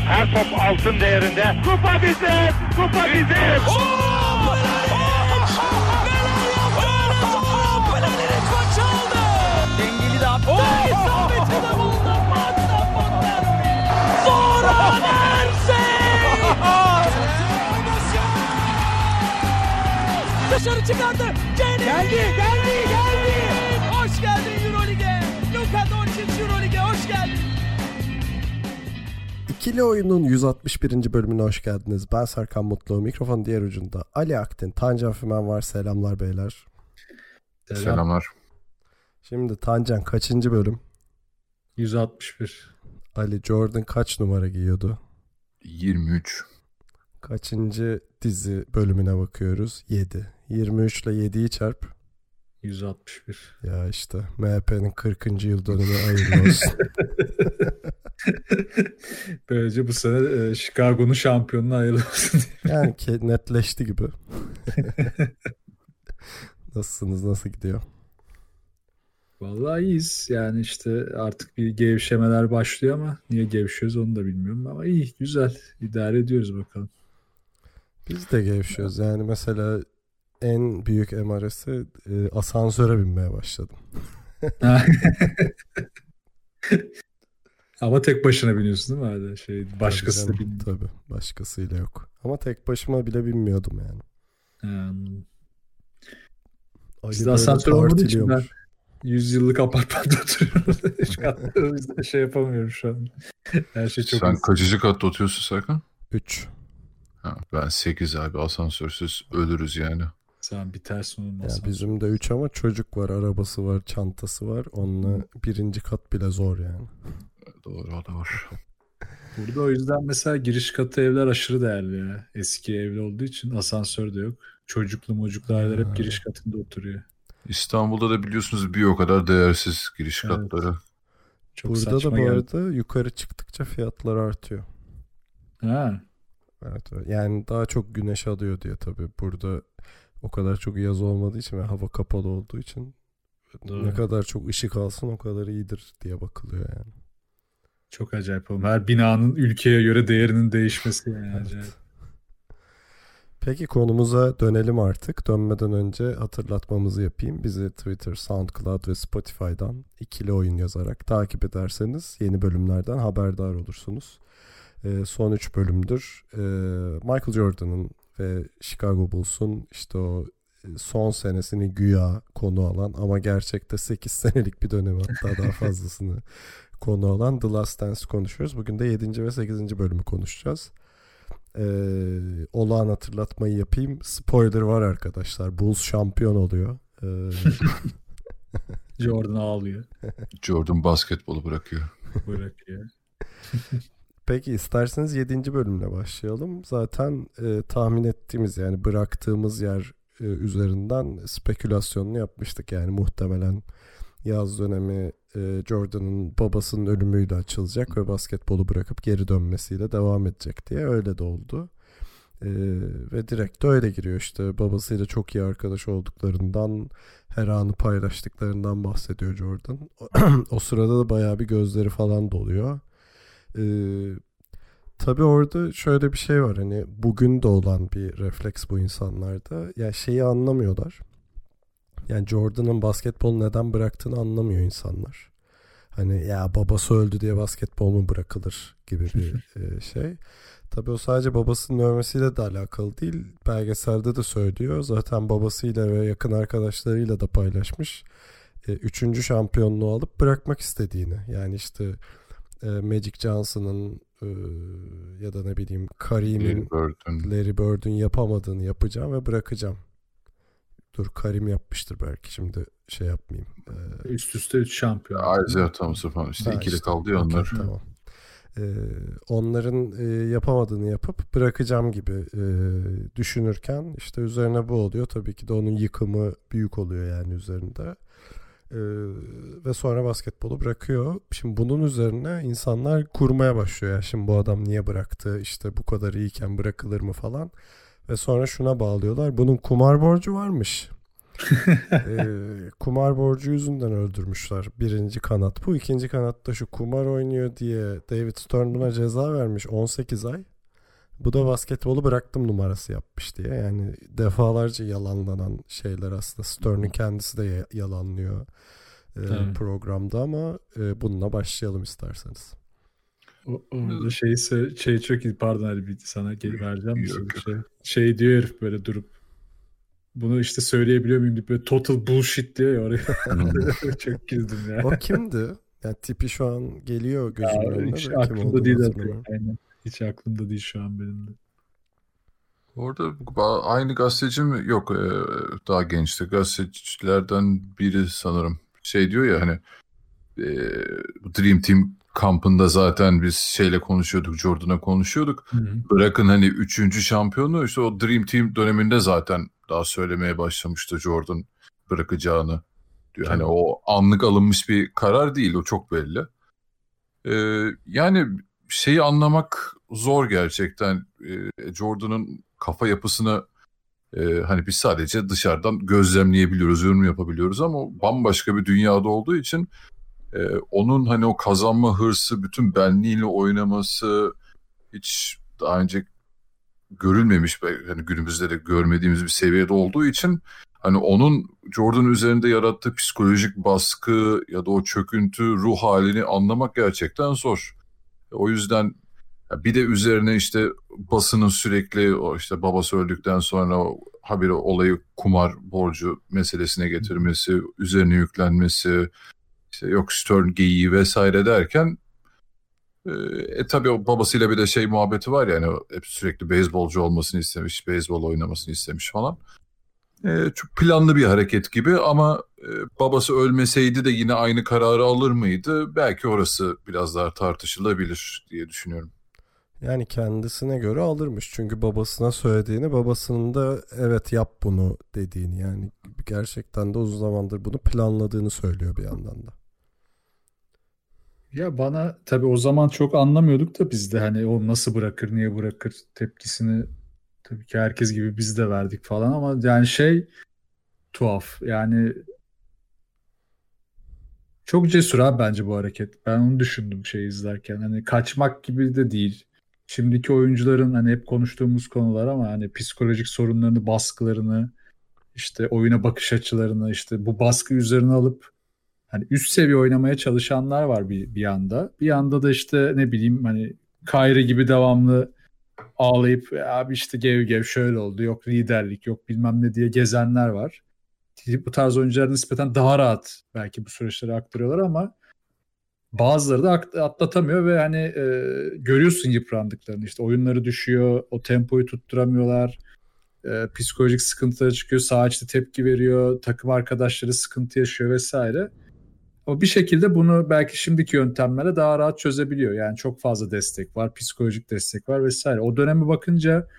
Her top altın değerinde. Kupa bizim! Kupa bizim! Pjanic maçı aldı. Dengeli de attı. İsabeti de buldu. Maçta Fontaine. Zoran Ersin. Dışarı çıkardı. Geldi. Hoş geldin Euroleague'e. Luka Doncic Euroleague'e hoş geldin. İkili Oyun'un 161. bölümüne hoş geldiniz. Ben Serkan Mutlu. Mikrofonun diğer ucunda Ali Aktin, Tancan Fümen var. Selamlar beyler. Selamlar. Şimdi Tancan kaçıncı bölüm? 161. Ali, Jordan kaç numara giyiyordu? 23. Kaçıncı dizi bölümüne bakıyoruz? 7. 23 ile 7'yi çarp. 161. Ya işte MHP'nin 40. yıl dönümü hayırlı olsun. Böylece bu sene Chicago'nun şampiyonluğu hayırlı olsun diye. Yani netleşti gibi. Nasılsınız? Nasıl gidiyor? Vallahi iyiyiz. Yani işte artık bir gevşemeler başlıyor ama niye gevşiyoruz onu da bilmiyorum. Ama iyi, güzel. İdare ediyoruz bakalım. Biz de gevşiyoruz. Yani mesela en büyük emaresi asansöre binmeye başladım. Ama tek başına biniyorsun değil mi? Öyle başkası da binmiyor. Tabii. Başkasıyla yok. Ama tek başıma bile binmiyordum yani. Bizde asansör olmadığı için ben 100 yıllık apartmanda oturuyorum. Üç katlı, o yüzden yapamıyorum şu an. Her şey çok Sen kaçıncı katta oturuyorsun Serkan? 3. Ben 8 abi. Asansörsüz ölürüz yani. Sen bitersin onun Ya bizim de 3 ama çocuk var, arabası var, çantası var. Onunla birinci kat bile zor yani. Doğru, o da var. Burada o yüzden mesela giriş katı evler aşırı değerli ya. Eski evli olduğu için asansör de yok. Çocuklu aileler hep giriş katında oturuyor. İstanbul'da da biliyorsunuz bir o kadar değersiz giriş katları. Çok burada da bu geldi. arada yukarı çıktıkça fiyatlar artıyor. Ha. Evet. Yani daha çok güneş alıyor diye tabii. Burada o kadar çok yaz olmadığı için ve hava kapalı olduğu için ne kadar çok ışık alsın o kadar iyidir diye bakılıyor yani. Çok acayip oğlum. Her binanın ülkeye göre değerinin değişmesi yani. Evet. Acayip. Peki konumuza dönelim artık. Dönmeden önce hatırlatmamızı yapayım. Bizi Twitter, SoundCloud ve Spotify'dan ikili oyun yazarak takip ederseniz yeni bölümlerden haberdar olursunuz. Son 3 bölümdür Michael Jordan'ın ve Chicago Bulls'un işte o son senesini güya konu alan ama gerçekte 8 senelik bir dönemi, hatta daha fazlasını konu alan The Last Dance konuşuyoruz. Bugün de 7. ve 8. bölümü konuşacağız. Olağan hatırlatmayı yapayım. Spoiler var arkadaşlar. Bulls şampiyon oluyor. Jordan ağlıyor. Jordan basketbolu bırakıyor. Bırakıyor. Peki isterseniz 7. bölümle başlayalım. Zaten tahmin ettiğimiz yani bıraktığımız yer üzerinden spekülasyonunu yapmıştık. Yani muhtemelen yaz dönemi Jordan'ın babasının ölümüyle açılacak ve basketbolu bırakıp geri dönmesiyle devam edecek diye. Öyle de oldu. Ve direkt de öyle giriyor işte. Babasıyla çok iyi arkadaş olduklarından, her anı paylaştıklarından bahsediyor Jordan. O sırada da bayağı bir gözleri falan doluyor. Tabii orada şöyle bir şey var, hani bugün de olan bir refleks bu insanlarda. Yani şeyi anlamıyorlar. Yani Jordan'ın basketbolu neden bıraktığını anlamıyor insanlar. Hani ya babası öldü diye basketbol mu bırakılır gibi bir şey. Tabii o sadece babasının ölmesiyle de alakalı değil. Belgeselde de söylüyor. Zaten babasıyla ve yakın arkadaşlarıyla da paylaşmış. 3. şampiyonluğu alıp bırakmak istediğini. Yani işte Magic Johnson'ın ya da ne bileyim Kareem'in, Larry Bird'ün yapamadığını yapacağım ve bırakacağım. Dur, Kareem yapmıştır belki, şimdi şey yapmayayım. Üst üste 3 şampiyon. Isaiah Thomas'ı falan işte ikili işte, kaldı ya onlar. Okay, tamam. Onların yapamadığını yapıp bırakacağım gibi düşünürken işte üzerine bu oluyor. Tabii ki de onun yıkımı büyük oluyor yani üzerinde. Ve sonra basketbolu bırakıyor. Şimdi bunun üzerine insanlar kurmaya başlıyor. Yani şimdi bu adam niye bıraktı? İşte bu kadar iyiyken bırakılır mı falan. Ve sonra şuna bağlıyorlar. Bunun kumar borcu varmış. Kumar borcu yüzünden öldürmüşler birinci kanat. Bu ikinci kanatta şu kumar oynuyor diye David Stern buna ceza vermiş 18 ay. Bu da basketbolu bıraktım numarası yapmış diye. Yani defalarca yalanlanan şeyler aslında. Stern'ın kendisi de yalanlıyor programda ama bununla başlayalım isterseniz. Orada şey çok iyi, pardon Ali, bir sana vereceğim bir şey diyor herif böyle durup, bunu işte söyleyebiliyor muyum diye böyle total bullshit diyor ya oraya. Çok güldüm ya. O kimdi? Yani tipi şu an geliyor gözümün önüne. Hiç Kim aklımda değil hatırlamıyorum. aynen. Hiç aklımda değil şu an benim de. Orada aynı gazeteci mi? Yok, daha gençti. Gazetecilerden biri sanırım. Şey diyor ya hani Dream Team kampında zaten biz şeyle konuşuyorduk, Jordan'a konuşuyorduk. Bırakın hani 3. şampiyonu, işte o Dream Team döneminde zaten daha söylemeye başlamıştı Jordan bırakacağını diyor. Hani o anlık alınmış bir karar değil, o çok belli. Yani şeyi anlamak zor gerçekten. Jordan'ın kafa yapısını hani biz sadece dışarıdan gözlemleyebiliyoruz, yorum yapabiliyoruz ama o bambaşka bir dünyada olduğu için onun hani o kazanma hırsı, bütün benliğiyle oynaması hiç daha önce görülmemiş, hani günümüzde de görmediğimiz bir seviyede olduğu için hani onun Jordan üzerinde yarattığı psikolojik baskı ya da o çöküntü ruh halini anlamak gerçekten zor. O yüzden bir de üzerine işte basının sürekli o işte babası öldükten sonra habire olayı kumar borcu meselesine getirmesi, üzerine yüklenmesi, işte yok Stern geyiği vesaire derken tabii o babasıyla bir de şey muhabbeti var yani, hep sürekli beyzbolcu olmasını istemiş, beyzbol oynamasını istemiş falan. Çok planlı bir hareket gibi ama babası ölmeseydi de yine aynı kararı alır mıydı? Belki orası biraz daha tartışılabilir diye düşünüyorum. Yani kendisine göre alırmış. Çünkü babasına söylediğini, babasının da evet yap bunu dediğini, yani gerçekten de uzun zamandır bunu planladığını söylüyor bir yandan da. Ya bana tabii o zaman çok anlamıyorduk da biz de hani o nasıl bırakır, niye bırakır tepkisini tabii ki herkes gibi biz de verdik falan ama yani şey tuhaf yani, çok cesur abi bence bu hareket. Ben onu düşündüm şey izlerken, hani kaçmak gibi de değil. Şimdiki oyuncuların hani hep konuştuğumuz konular ama hani psikolojik sorunlarını, baskılarını, işte oyuna bakış açılarını, işte bu baskı üzerine alıp hani üst seviye oynamaya çalışanlar var bir yanda. Bir yanda da işte ne bileyim hani Kyrie gibi devamlı ağlayıp abi işte gev gev şöyle oldu, yok liderlik, yok bilmem ne diye gezenler var. Bu tarz oyuncular nispeten daha rahat belki bu süreçleri aktarıyorlar ama bazıları da atlatamıyor ve hani görüyorsun yıprandıklarını, işte oyunları düşüyor, o tempoyu tutturamıyorlar, psikolojik sıkıntılara çıkıyor, saha içinde tepki veriyor, takım arkadaşları sıkıntı yaşıyor vesaire. O bir şekilde bunu belki şimdiki yöntemlerle daha rahat çözebiliyor. Yani çok fazla destek var, psikolojik destek var vesaire. O döneme bakınca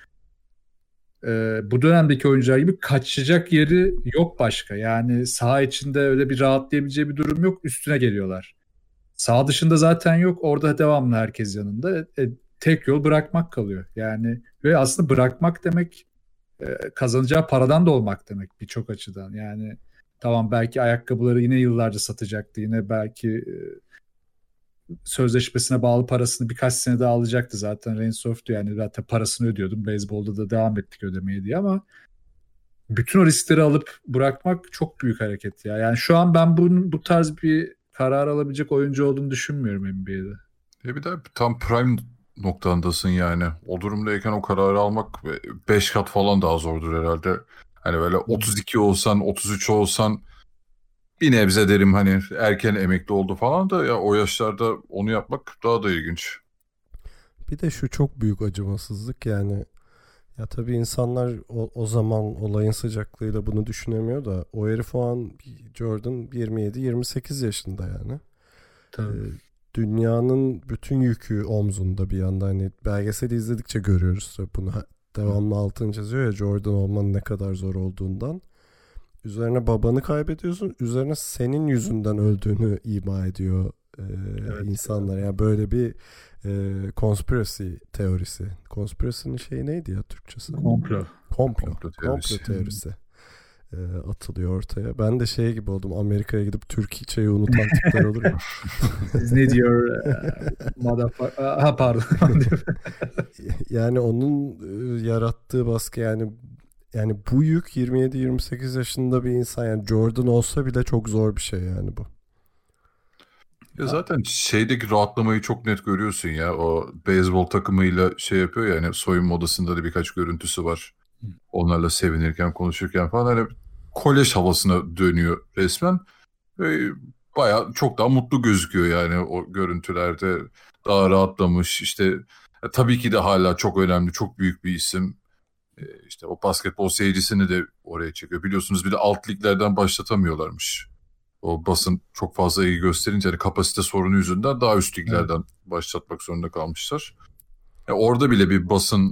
bu dönemdeki oyuncular gibi kaçacak yeri yok başka. Yani saha içinde öyle bir rahatlayabileceği bir durum yok. Üstüne geliyorlar. Saha dışında zaten yok. Orada devamlı herkes yanında. Tek yol bırakmak kalıyor. Yani ve aslında bırakmak demek kazanacağı paradan da olmak demek birçok açıdan. Yani tamam, belki ayakkabıları yine yıllarca satacaktı. Yine belki sözleşmesine bağlı parasını birkaç sene daha alacaktı. Zaten Reinsdorf'tu, yani zaten parasını ödüyordum. Beyzbolda da devam ettik ödemeye diye ama bütün o riskleri alıp bırakmak çok büyük hareket ya. Yani şu an ben bu tarz bir karar alabilecek oyuncu olduğunu düşünmüyorum NBA'de. Bir de tam prime noktandasın yani. O durumdayken o kararı almak 5 kat falan daha zordur herhalde. Hani böyle 32 olsan, 33 olsan bir nebze derim hani erken emekli oldu falan da ya o yaşlarda onu yapmak daha da ilginç. Bir de şu çok büyük acımasızlık yani. Ya tabii insanlar o zaman olayın sıcaklığıyla bunu düşünemiyor da o herif o an Jordan 27-28 yaşında yani. Dünyanın bütün yükü omzunda bir yanda, hani belgeseli izledikçe görüyoruz tabii bunu. Devamlı altını çiziyor ya Jordan olmanın ne kadar zor olduğundan. Üzerine babanı kaybediyorsun, üzerine senin yüzünden öldüğünü ima ediyor insanlar. Yani böyle bir conspiracy teorisi. Conspiracy'nin şeyi neydi ya Türkçesi? Komplo Komplo teorisi. atılıyor ortaya. Ben de şey gibi oldum. Amerika'ya gidip Türkçeyi unutan tipler olur ya. Siz ne diyor? Ha pardon. Yani onun yarattığı baskı, yani bu yük 27-28 yaşında bir insan, yani Jordan olsa bile çok zor bir şey yani bu. Ya zaten şeydeki rahatlamayı çok net görüyorsun ya. O beyzbol takımıyla şey yapıyor ya, hani soyunma odasında da birkaç görüntüsü var. Onlarla sevinirken, konuşurken falan, hani kolej havasına dönüyor resmen. Ve bayağı çok daha mutlu gözüküyor yani o görüntülerde. Daha rahatlamış işte. Tabii ki de hala çok önemli, çok büyük bir isim. İşte o basketbol seyircisini de oraya çekiyor. Biliyorsunuz bir de alt liglerden başlatamıyorlarmış. O basın çok fazla iyi gösterince, hani kapasite sorunu yüzünden daha üst liglerden başlatmak zorunda kalmışlar. Orada bile bir basın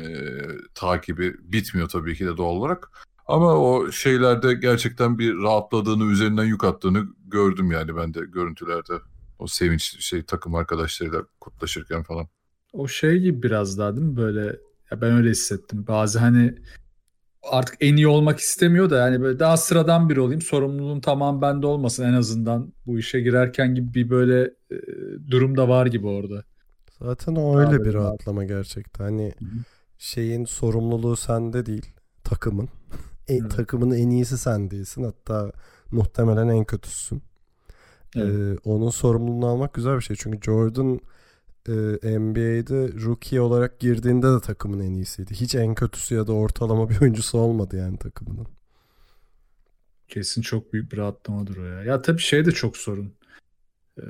takibi bitmiyor tabii ki de doğal olarak. Ama o şeylerde gerçekten bir rahatladığını, üzerinden yük attığını gördüm yani ben de görüntülerde. O sevinç takım arkadaşlarıyla kutlaşırken falan. O şey gibi biraz daha değil mi böyle, ya ben öyle hissettim. Bazı hani artık en iyi olmak istemiyor da yani böyle daha sıradan biri olayım, sorumluluğum tamam bende olmasın en azından bu işe girerken gibi bir böyle durum da var gibi orada. Zaten o Daha öyle böyle bir rahatlama gerçekten. Hani şeyin sorumluluğu sende değil, takımın. Evet. Takımın en iyisi sen değilsin. Hatta muhtemelen en kötüsün. Evet. Onun sorumluluğunu almak güzel bir şey. Çünkü Jordan NBA'de rookie olarak girdiğinde de takımın en iyisiydi. Hiç en kötüsü ya da ortalama bir oyuncusu olmadı yani takımının. Kesin çok büyük bir rahatlamadır o ya. Ya tabii şey de çok sorun. Ee,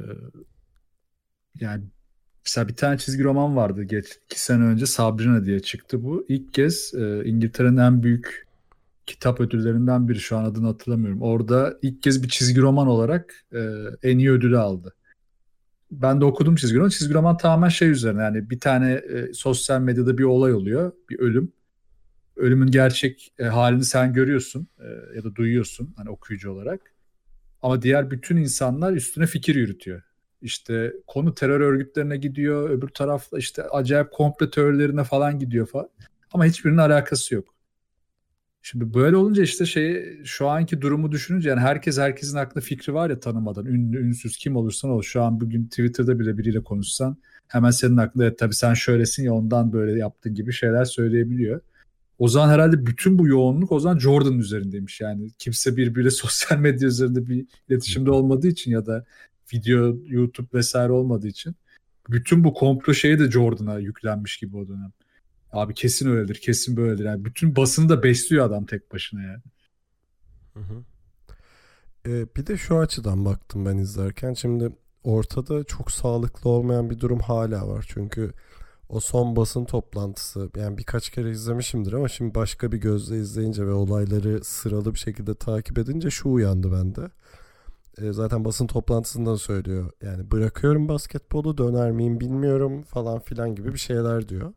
Yani mesela bir tane çizgi roman vardı 2 sene önce, Sabrina diye çıktı bu. İlk kez İngiltere'nin en büyük kitap ödüllerinden biri, şu an adını hatırlamıyorum. Orada ilk kez bir çizgi roman olarak en iyi ödülü aldı. Ben de okudum çizgi roman. Çizgi roman tamamen şey üzerine, yani bir tane sosyal medyada bir olay oluyor. Bir ölüm. Ölümün gerçek halini sen görüyorsun ya da duyuyorsun hani okuyucu olarak. Ama diğer bütün insanlar üstüne fikir yürütüyor. İşte konu terör örgütlerine gidiyor. Öbür tarafta işte acayip komplo teorilerine falan gidiyor falan. Ama hiçbirinin alakası yok. Şimdi böyle olunca işte şu anki durumu düşününce, yani herkesin aklında fikri var ya, tanımadan ünlü ünsüz kim olursan ol, şu an bugün Twitter'da bile biriyle konuşsan hemen senin aklında evet tabii sen şöylesin ya ondan böyle yaptın gibi şeyler söyleyebiliyor. O zaman herhalde bütün bu yoğunluk o zaman Jordan'ın üzerindeymiş. Yani kimse birbiriyle sosyal medya üzerinde bir iletişimde olmadığı için ya da video, YouTube vesaire olmadığı için bütün bu komplo şeyi de Jordan'a yüklenmiş gibi o dönem. Abi kesin öyledir, kesin böyledir. Yani bütün basını da besliyor adam tek başına yani. Hı hı. Bir de şu açıdan baktım ben izlerken. Şimdi ortada çok sağlıklı olmayan bir durum hala var. Çünkü o son basın toplantısı, yani birkaç kere izlemişimdir ama şimdi başka bir gözle izleyince ve olayları sıralı bir şekilde takip edince şu uyandı bende. Zaten basın toplantısında söylüyor. Yani bırakıyorum basketbolu, döner miyim bilmiyorum falan filan gibi bir şeyler diyor.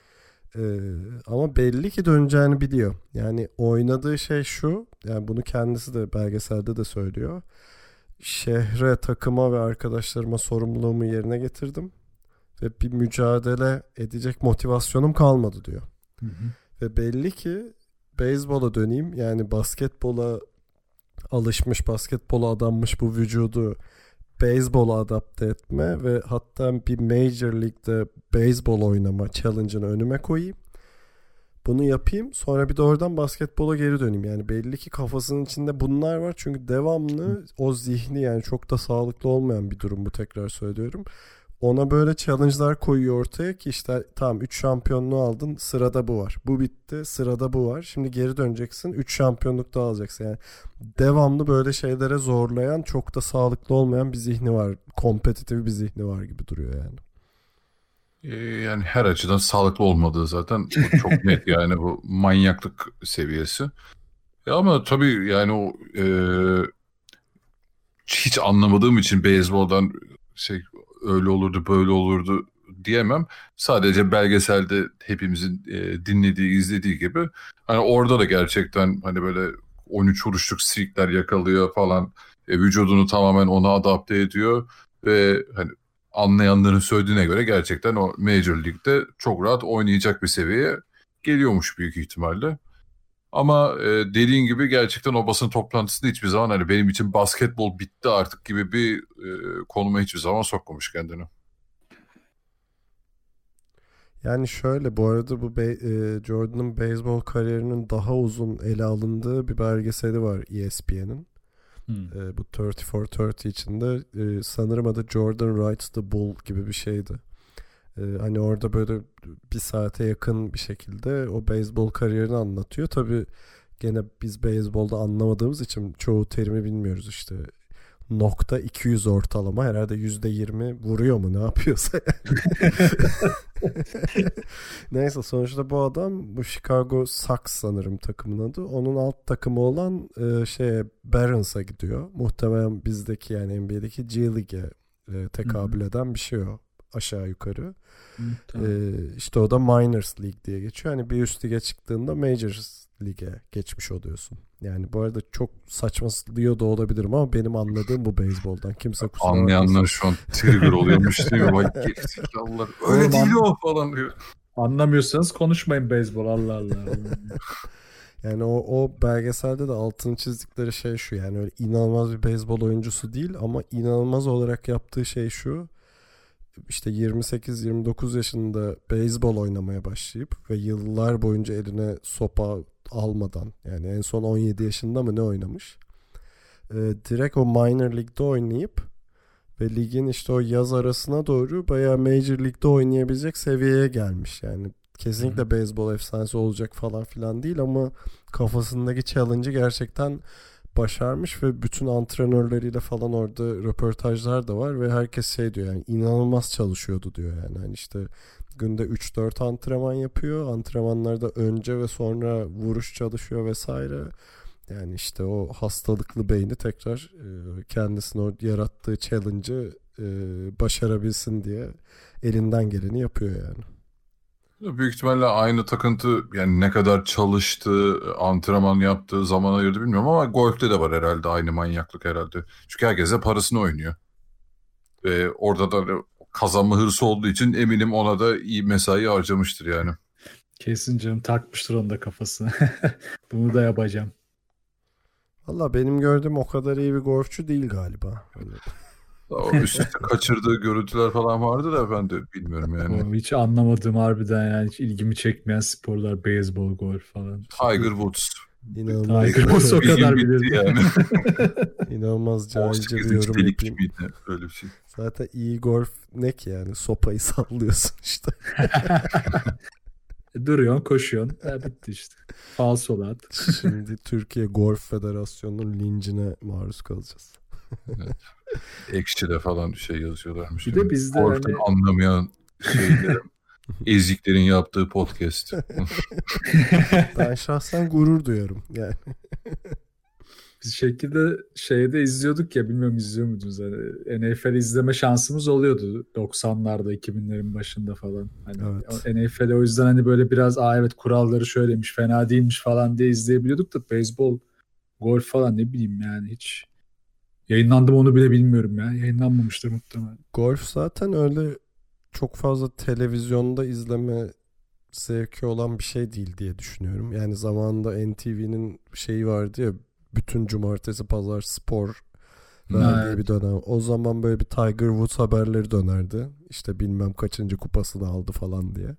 Ama belli ki döneceğini biliyor. Yani oynadığı şey şu. Yani bunu kendisi de belgeselde de söylüyor. Şehre, takıma ve arkadaşlarıma sorumluluğumu yerine getirdim. Ve bir mücadele edecek motivasyonum kalmadı diyor. Hı hı. Ve belli ki beyzbola döneyim. Yani basketbola alışmış, basketbola adanmış bu vücudu beyzbola adapte etme ve hatta bir Major League'de beyzbol oynama challenge'ını önüme koyayım. Bunu yapayım, sonra bir de oradan basketbola geri döneyim. Yani belli ki kafasının içinde bunlar var. Çünkü devamlı o zihni, yani çok da sağlıklı olmayan bir durum bu, tekrar söylüyorum. Ona böyle challenge'lar koyuyor ortaya ki işte tamam 3 şampiyonluğu aldın, sırada bu var. Bu bitti, sırada bu var. Şimdi geri döneceksin, 3 şampiyonluk daha alacaksın. Yani devamlı böyle şeylere zorlayan, çok da sağlıklı olmayan bir zihni var. Kompetitif bir zihni var gibi duruyor yani. Yani her açıdan sağlıklı olmadığı zaten çok net yani, bu manyaklık seviyesi. Ama tabii yani o hiç anlamadığım için beyzboldan öyle olurdu böyle olurdu diyemem. Sadece belgeselde hepimizin dinlediği, izlediği gibi hani orada da gerçekten hani böyle 13 vuruşluk streakler yakalıyor falan. Vücudunu tamamen ona adapte ediyor ve hani anlayanların söylediğine göre gerçekten o Major League'de çok rahat oynayacak bir seviyeye geliyormuş büyük ihtimalle. Ama dediğin gibi gerçekten o basın toplantısında hiçbir zaman hani benim için basketbol bitti artık gibi bir konuma hiçbir zaman sokmamış kendini. Yani şöyle, bu arada bu Jordan'ın beyzbol kariyerinin daha uzun ele alındığı bir belgeseli var ESPN'in. Bu 30 for 30 içinde sanırım adı Jordan Rides the Bull gibi bir şeydi. Hani orada böyle bir saate yakın bir şekilde o beyzbol kariyerini anlatıyor. Tabii gene biz beyzbolda anlamadığımız için çoğu terimi bilmiyoruz işte. Nokta 200 ortalama herhalde %20 vuruyor mu ne yapıyorsa yani. Neyse, sonuçta bu adam bu Chicago Sox sanırım takımın adı. Onun alt takımı olan Barons'a gidiyor. Muhtemelen bizdeki yani NBA'deki G League'e tekabül eden bir şey o. Aşağı yukarı. Tamam. İşte o da Minors League diye geçiyor. Hani bir üst lige çıktığında Majors League'e geçmiş oluyorsun. Yani bu arada çok saçmalıyor da olabilirim ama benim anladığım bu beyzboldan. Kimse kusura bakmasın. Anlayanlar şu an trigger oluyormuş değil mi? Bak gerizekalılar. Öyle Oğlum, değil o falan diyor. Anlamıyorsanız konuşmayın beyzbol, Allah Allah. Yani o belgeselde de altını çizdikleri şey şu, yani öyle inanılmaz bir beyzbol oyuncusu değil ama inanılmaz olarak yaptığı şey şu: işte 28-29 yaşında beyzbol oynamaya başlayıp ve yıllar boyunca eline sopa almadan, yani en son 17 yaşında mı ne oynamış, direkt o minor ligde oynayıp ve ligin işte o yaz arasına doğru bayağı major ligde oynayabilecek seviyeye gelmiş. Yani kesinlikle beyzbol efsanesi olacak falan filan değil ama kafasındaki challenge'ı gerçekten başarmış ve bütün antrenörleriyle falan orada röportajlar da var ve herkes şey diyor, yani inanılmaz çalışıyordu diyor. Yani hani işte günde 3-4 antrenman yapıyor. Antrenmanlarda önce ve sonra vuruş çalışıyor vesaire. Yani işte o hastalıklı beyni tekrar kendisine o yarattığı challenge'ı başarabilsin diye elinden geleni yapıyor yani. Büyük ihtimalle aynı takıntı, yani ne kadar çalıştığı, antrenman yaptığı, zaman ayırdı bilmiyorum ama golfte de var herhalde aynı manyaklık herhalde. Çünkü herkes de parasını oynuyor. Ve orada da kazanma hırsı olduğu için eminim ona da iyi mesai harcamıştır yani. Kesin canım, takmıştır onun da kafasına. Bunu da yapacağım. Valla benim gördüğüm o kadar iyi bir golfçü değil galiba. O üst üste kaçırdığı görüntüler falan vardı da ben de bilmiyorum yani. O hiç anlamadığım, harbiden yani hiç ilgimi çekmeyen sporlar, beyzbol, golf falan. Tiger Woods. İnanılmaz, Tiger Woods o kadar bitti bilirdim. yani. inanılmaz cahilce bir 18. yorum delik yapayım. miydi? Öyle bir şey. Zaten iyi golf ne ki yani, sopayı sallıyorsun işte. Duruyorsun, koşuyorsun. Bitti işte. Falso at. Şimdi Türkiye Golf Federasyonu'nun lincine maruz kalacağız. Evet. Ekşi'de falan şey yazıyorlarmış. Bir de bizde Golf'ten hani anlamayan şeylerin, eziklerin yaptığı podcast. Ben şahsen gurur duyarım yani. biz şekilde şeyde izliyorduk ya, bilmiyorum izliyor muydunuz? Hani NFL izleme şansımız oluyordu 90'larda, 2000'lerin başında falan. Hani Evet. NFL o yüzden hani böyle biraz evet kuralları şöyleymiş, fena değilmiş falan diye izleyebiliyorduk da beyzbol, golf falan ne bileyim yani, hiç yayınlandı mı onu bile bilmiyorum ya. Yayınlanmamıştır muhtemelen. Golf zaten öyle çok fazla televizyonda izleme zevki olan bir şey değil diye düşünüyorum. Yani zamanında NTV'nin şeyi vardı ya, bütün cumartesi pazar spor verdiği Evet. bir dönem. O zaman böyle bir Tiger Woods haberleri dönerdi. İşte bilmem kaçıncı kupasını aldı falan diye.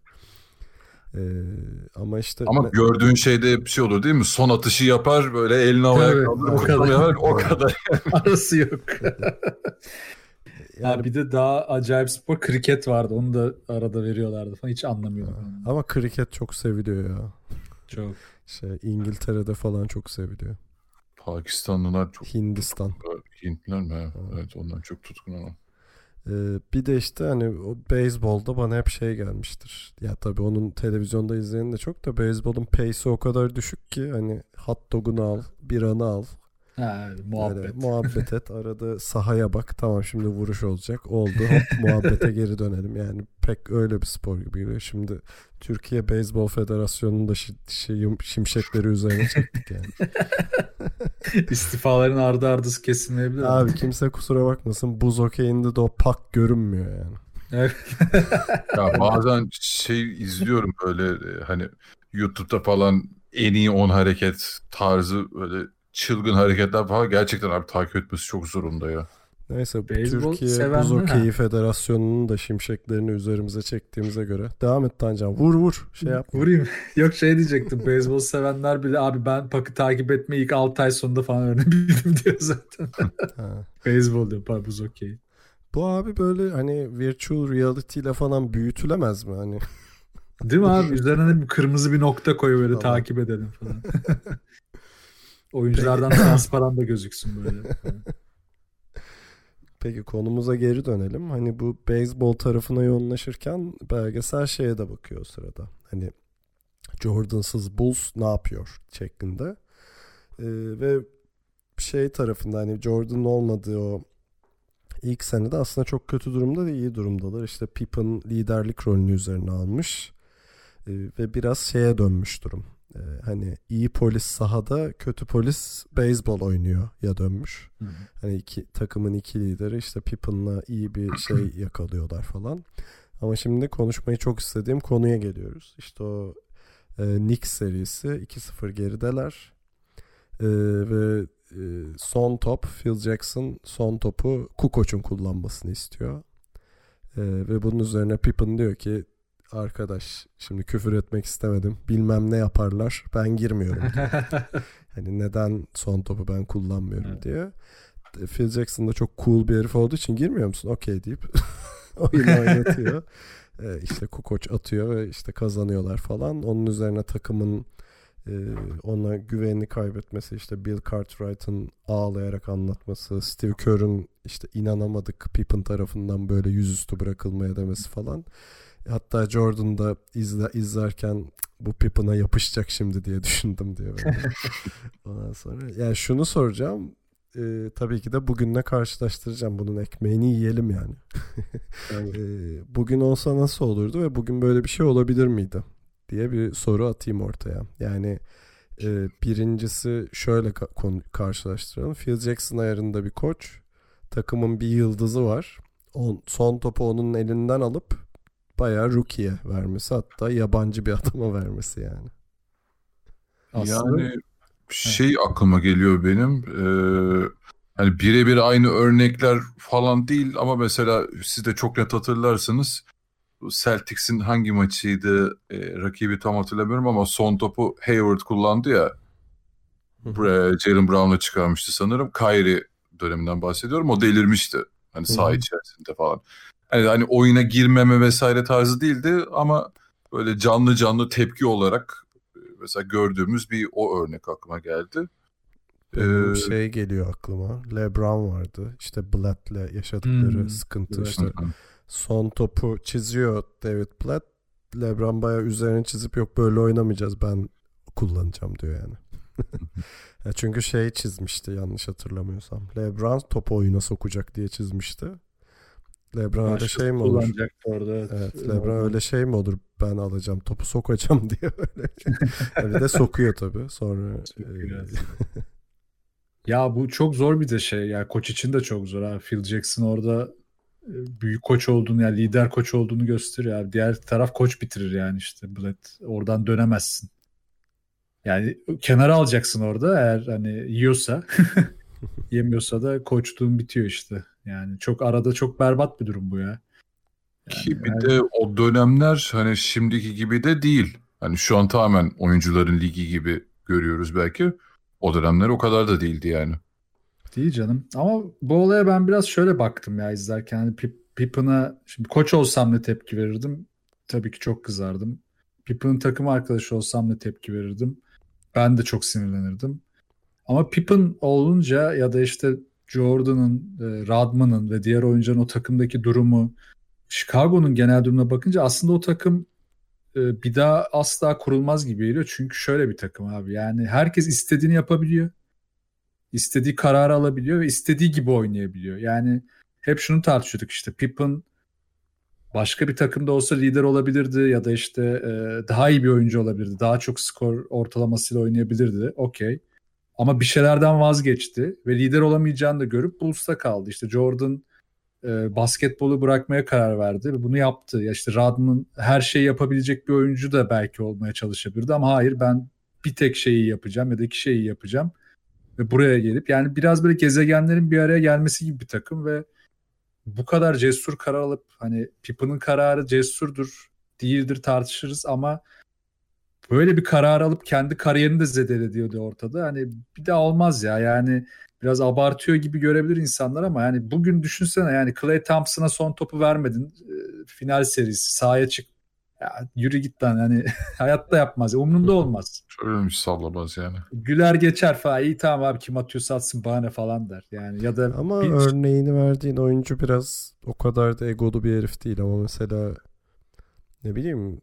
Ama işte Ama gördüğün şeyde bir şey olur değil mi? Son atışı yapar, böyle elini havaya Tabii, kaldırır. o kadar. Yapar, o kadar. Arası yok. yani, Ya bir de daha acayip spor kriket vardı. Onu da arada veriyorlardı falan. Hiç anlamıyordum. ama kriket çok seviliyor ya. Çok. İngiltere'de falan çok seviliyor. Pakistanlılar çok Hindistan. tutkun. Hintliler mi? Evet, onlar çok tutkun ama. Bir de işte hani o beyzbolda bana hep şey gelmiştir. Ya tabii onun televizyonda izleyen de çok da, beyzbolun pace'i o kadar düşük ki hani hot dog'unu al, biranı al. Ha, muhabbet. Böyle muhabbet et. Arada sahaya bak. Tamam, şimdi vuruş olacak. Oldu. Hop, muhabbete geri dönelim. Yani pek öyle bir spor gibi geliyor. Şimdi Türkiye Beyzbol Federasyonu'nun da şimşekleri üzerine çektik yani. İstifaların ardı ardız kesilmeyebilir. Abi kimse kusura bakmasın. Buz okeyinde de o pak görünmüyor yani. Evet. Ya bazen şey izliyorum böyle hani YouTube'da falan en iyi 10 hareket tarzı böyle çılgın hareketler falan gerçekten abi takip etmesi çok zorunda ya. Neyse bu Beyzbol Türkiye sevenler, Buz Hokeyi ha. Federasyonu'nun da şimşeklerini üzerimize çektiğimize göre. Devam et Tancan. Vur şey yap. Vurayım. Yok şey diyecektim. Beyzbol sevenler bile abi ben Puck'ı takip etmeyi ilk 6 ay sonunda falan öğrenebildim diyor zaten. Ha. Beyzbol diyor. Pardon, buz okey. Bu abi böyle hani virtual reality ile falan büyütülemez mi? Hani Değil mi abi? Üzerine bir kırmızı bir nokta koy böyle Tamam. takip edelim falan. Oyunculardan transparan da gözüksün böyle. Peki konumuza geri dönelim. Hani bu beyzbol tarafına yoğunlaşırken belgesel şeye de bakıyor o sırada. Hani Jordan'sız Bulls ne yapıyor şeklinde. Ve şey tarafında hani Jordan'ın olmadığı o ilk senede aslında çok kötü durumda değil, iyi durumdalar. İşte Pippen liderlik rolünü üzerine almış. Ve biraz şeye dönmüş durum. Hani iyi polis sahada, kötü polis beyzbol oynuyor ya dönmüş. Hı hı. Hani takımın iki lideri işte Pippen'la iyi bir şey yakalıyorlar falan. Ama şimdi konuşmayı çok istediğim konuya geliyoruz. İşte o Knicks serisi 2-0 gerideler. Ve son top Phil Jackson son topu Kukoc'un kullanmasını istiyor. Ve bunun üzerine Pippen diyor ki arkadaş şimdi küfür etmek istemedim. Bilmem ne yaparlar. Ben girmiyorum diyor. Hani neden son topu ben kullanmıyorum Evet. diye. Phil Jackson da çok cool bir herif olduğu için girmiyor musun? Okey deyip oyunu oynatıyor. İşte Kukoc atıyor ve işte kazanıyorlar falan. Onun üzerine takımın ona güvenini kaybetmesi, işte Bill Cartwright'ın ağlayarak anlatması, Steve Kerr'ün işte inanamadık Pippen tarafından böyle yüzüstü bırakılmaya demesi falan. Hatta Jordan da izlerken bu Pippen'a yapışacak şimdi diye düşündüm diyor. Ondan sonra yani şunu soracağım. Tabii ki de bugünle karşılaştıracağım. Bunun ekmeğini yiyelim yani. Evet. Bugün olsa nasıl olurdu ve bugün böyle bir şey olabilir miydi diye bir soru atayım ortaya. Yani birincisi şöyle karşılaştıralım. Phil Jackson ayarında bir koç. Takımın bir yıldızı var. Son topu onun elinden alıp bayağı rookie'ye vermesi, hatta yabancı bir adama vermesi yani. Aslında Yani şey aklıma geliyor benim. Hani birebir aynı örnekler falan değil ama mesela siz de çok net hatırlarsınız. Celtics'in hangi maçıydı? Rakibi tam hatırlamıyorum ama son topu Hayward kullandı ya. Jaylen Brown'la çıkarmıştı sanırım. Kyrie döneminden bahsediyorum. O delirmişti. Hani saha içerisinde falan. Hani oyuna girmeme vesaire tarzı değildi ama böyle canlı canlı tepki olarak mesela gördüğümüz bir o örnek aklıma geldi. Benim şey geliyor aklıma. LeBron vardı. İşte Blatt'le yaşadıkları sıkıntı. evet. İşte son topu çiziyor David Blatt. LeBron bayağı üzerine çizip yok böyle oynamayacağız, ben kullanacağım diyor yani. Ya çünkü şey çizmişti yanlış hatırlamıyorsam. LeBron topu oyuna sokacak diye çizmişti. LeBron öyle şey mi olur? Kullanacaktı orada. Evet, LeBron öyle şey mi olur? Ben alacağım topu sokacağım diye öyle. Bir de sokuyor tabii. Sonra Ya bu çok zor bir de şey. Yani koç için de çok zor abi. Phil Jackson orada büyük koç olduğunu, yani lider koç olduğunu gösteriyor abi. Diğer taraf koç bitirir yani işte. Blatt. Oradan dönemezsin. Yani kenara alacaksın orada eğer hani yiyorsa. Yemiyorsa da koçluğun bitiyor işte. Yani çok arada çok berbat bir durum bu ya. Ki Yani bir de o dönemler hani şimdiki gibi de değil. Hani şu an tamamen oyuncuların ligi gibi görüyoruz belki. O dönemler o kadar da değildi yani. değil canım. Ama bu olaya ben biraz şöyle baktım ya izlerken. Hani Pippen'a şimdi koç olsam ne tepki verirdim? Tabii ki çok kızardım. Pippen'ın takım arkadaşı olsam ne tepki verirdim? Ben de çok sinirlenirdim. Ama Pippen olunca ya da işte Jordan'ın, Rodman'ın ve diğer oyuncuların o takımdaki durumu, Chicago'nun genel durumuna bakınca aslında o takım bir daha asla kurulmaz gibi geliyor. Çünkü şöyle bir takım abi. Yani herkes istediğini yapabiliyor. İstediği kararı alabiliyor ve istediği gibi oynayabiliyor. Yani hep şunu tartışıyorduk işte Pippen başka bir takımda olsa lider olabilirdi ya da işte daha iyi bir oyuncu olabilirdi. Daha çok skor ortalamasıyla oynayabilirdi. Okey. Ama bir şeylerden vazgeçti ve lider olamayacağını da görüp Bulls'ta kaldı. İşte Jordan basketbolu bırakmaya karar verdi ve bunu yaptı. Ya işte Rodman her şeyi yapabilecek bir oyuncu da belki olmaya çalışabilirdi ama hayır ben bir tek şeyi yapacağım ya da iki şeyi yapacağım ve buraya gelip yani biraz böyle gezegenlerin bir araya gelmesi gibi bir takım ve bu kadar cesur karar alıp hani Pippen'ın kararı cesurdur değildir tartışırız ama böyle bir karar alıp kendi kariyerini de zedelediyordu ortada. Hani bir daha olmaz ya. Yani biraz abartıyor gibi görebilir insanlar ama yani bugün düşünsene yani Klay Thompson'a son topu vermedin. Final serisi sahaya çık. Ya, yürü git lan hani hayatta yapmaz. Umrunda olmaz. Şöyle bir sallamaz yani. Güler geçer falan. İyi tamam abi kim atıyorsa atsın bana ne falan der. Yani ya da Ama örneğini verdiğin oyuncu biraz o kadar da egolu bir herif değil ama mesela ne bileyim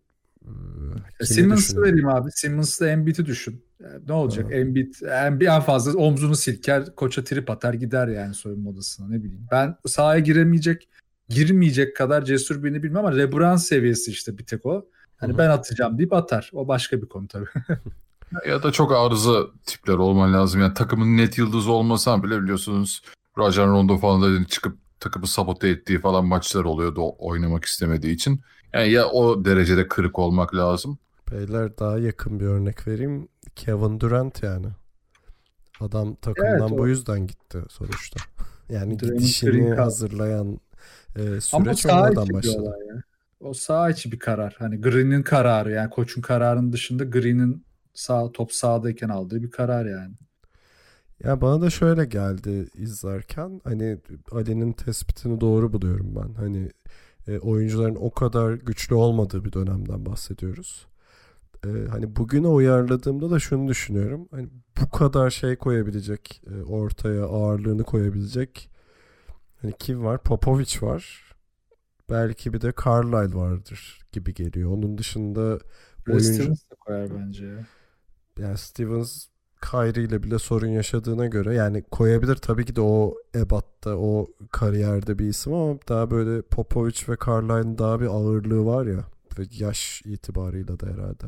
Simmons'ı vereyim abi. Simmons'la Embiid'i düşün. Ne olacak? Embiid en fazla omzunu silker, koça trip atar gider yani soyunma odasına ne bileyim. Ben sahaya girmeyecek kadar cesur birini bilmem ama LeBron seviyesi işte bir tek o. Hani ben atacağım deyip atar. O başka bir konu tabii. Ya da çok arıza tipler olman lazım. Yani takımın net yıldızı olmasan bile biliyorsunuz Rajon Rondo falan da çıkıp takımı sabote ettiği falan maçlar oluyordu oynamak istemediği için. Yani ya o derecede kırık olmak lazım. Beyler daha yakın bir örnek vereyim. Kevin Durant yani. Adam takımdan bu yüzden gitti sonuçta. Yani gidişini hazırlayan süreç onlardan başladı. Ya. O saha içi bir karar. Hani Green'in kararı yani koçun kararının dışında Green'in top sahadayken aldığı bir karar yani. Ya bana da şöyle geldi izlerken hani Ali'nin tespitini doğru buluyorum ben. Hani oyuncuların o kadar güçlü olmadığı bir dönemden bahsediyoruz. Hani bugüne uyarladığımda da şunu düşünüyorum. Hani bu kadar şey koyabilecek, ortaya ağırlığını koyabilecek hani kim var? Popovich var. Belki bir de Carlisle vardır gibi geliyor. Onun dışında oyuncu... Stevens de koyar bence ya. Yani Stevens Kyrie ile bile sorun yaşadığına göre yani koyabilir tabii ki de o ebatta, o kariyerde bir isim ama daha böyle Popovich ve Carlisle'ın daha bir ağırlığı var ya ve yaş itibarıyla da herhalde.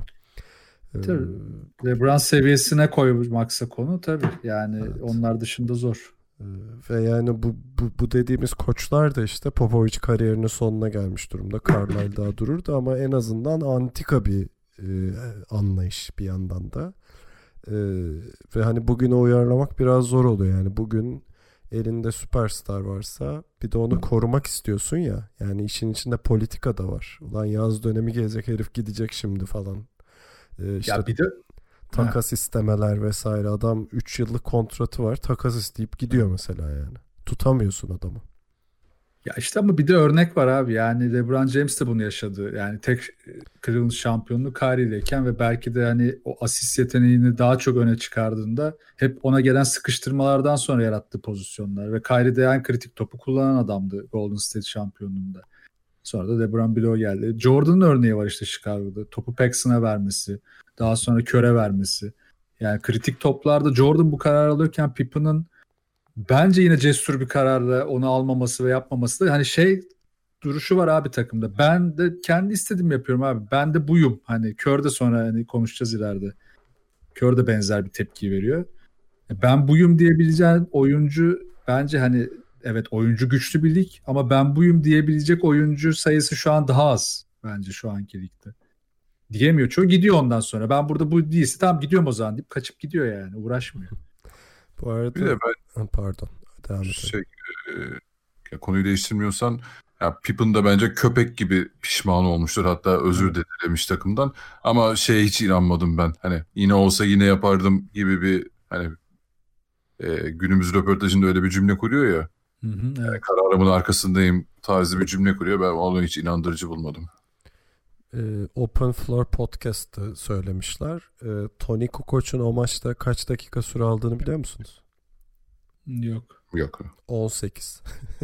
LeBron seviyesine koymaksa konu tabii yani evet. Onlar dışında zor. Ve yani bu dediğimiz koçlar da işte Popovich kariyerinin sonuna gelmiş durumda. Carlisle daha dururdu ama en azından antika bir anlayış bir yandan da. Ve hani bugüne uyarlamak biraz zor oluyor yani bugün elinde süperstar varsa bir de onu korumak istiyorsun ya yani işin içinde politika da var. Ulan yaz dönemi gelecek herif gidecek şimdi falan. İşte ya bir de takas istemeler vesaire adam 3 yıllık kontratı var takas isteyip gidiyor mesela yani tutamıyorsun adamı. Ya işte ama bir de örnek var abi yani LeBron James de bunu yaşadı yani tek Cleveland şampiyonluğu Kyrie'leyken ve belki de hani o asist yeteneğini daha çok öne çıkardığında hep ona gelen sıkıştırmalardan sonra yarattığı pozisyonlar ve Kyrie de en kritik topu kullanan adamdı Golden State şampiyonluğunda. Sonra da LeBron bloğu geldi. Jordan'ın örneği var işte Chicago'da. Topu Paxson'a vermesi, daha sonra Curry'e vermesi. Yani kritik toplarda Jordan bu karar alıyorken Pippen'ın bence yine cesur bir kararla onu almaması ve yapmaması da hani şey duruşu var abi takımda. Ben de kendi istediğimi yapıyorum abi. Ben de buyum. Hani Kör de sonra hani konuşacağız ileride. Kör de benzer bir tepki veriyor. Ben buyum diyebileceğin oyuncu bence hani evet oyuncu güçlü bir lig ama ben buyum diyebilecek oyuncu sayısı şu an daha az bence şu anki ligde. Diyemiyor. Çoğu gidiyor ondan sonra. Ben burada bu değilse tamam gidiyorum o zaman deyip kaçıp gidiyor yani. Uğraşmıyor. Bu arada bir de ben pardon. Devam konuyu değiştirmiyorsan ya Pippen de bence köpek gibi pişman olmuştur. Hatta özür de dilemiş takımdan. Ama hiç inanmadım ben. Hani yine olsa yine yapardım gibi bir hani günümüz röportajında öyle bir cümle kuruyor ya. Evet. Yani kararımın arkasındayım tarzı bir cümle kuruyor. Ben onu hiç inandırıcı bulmadım. Open Floor Podcast'ta söylemişler. Toni Kukoc'un o maçta kaç dakika süre aldığını biliyor musunuz? Yok. 18.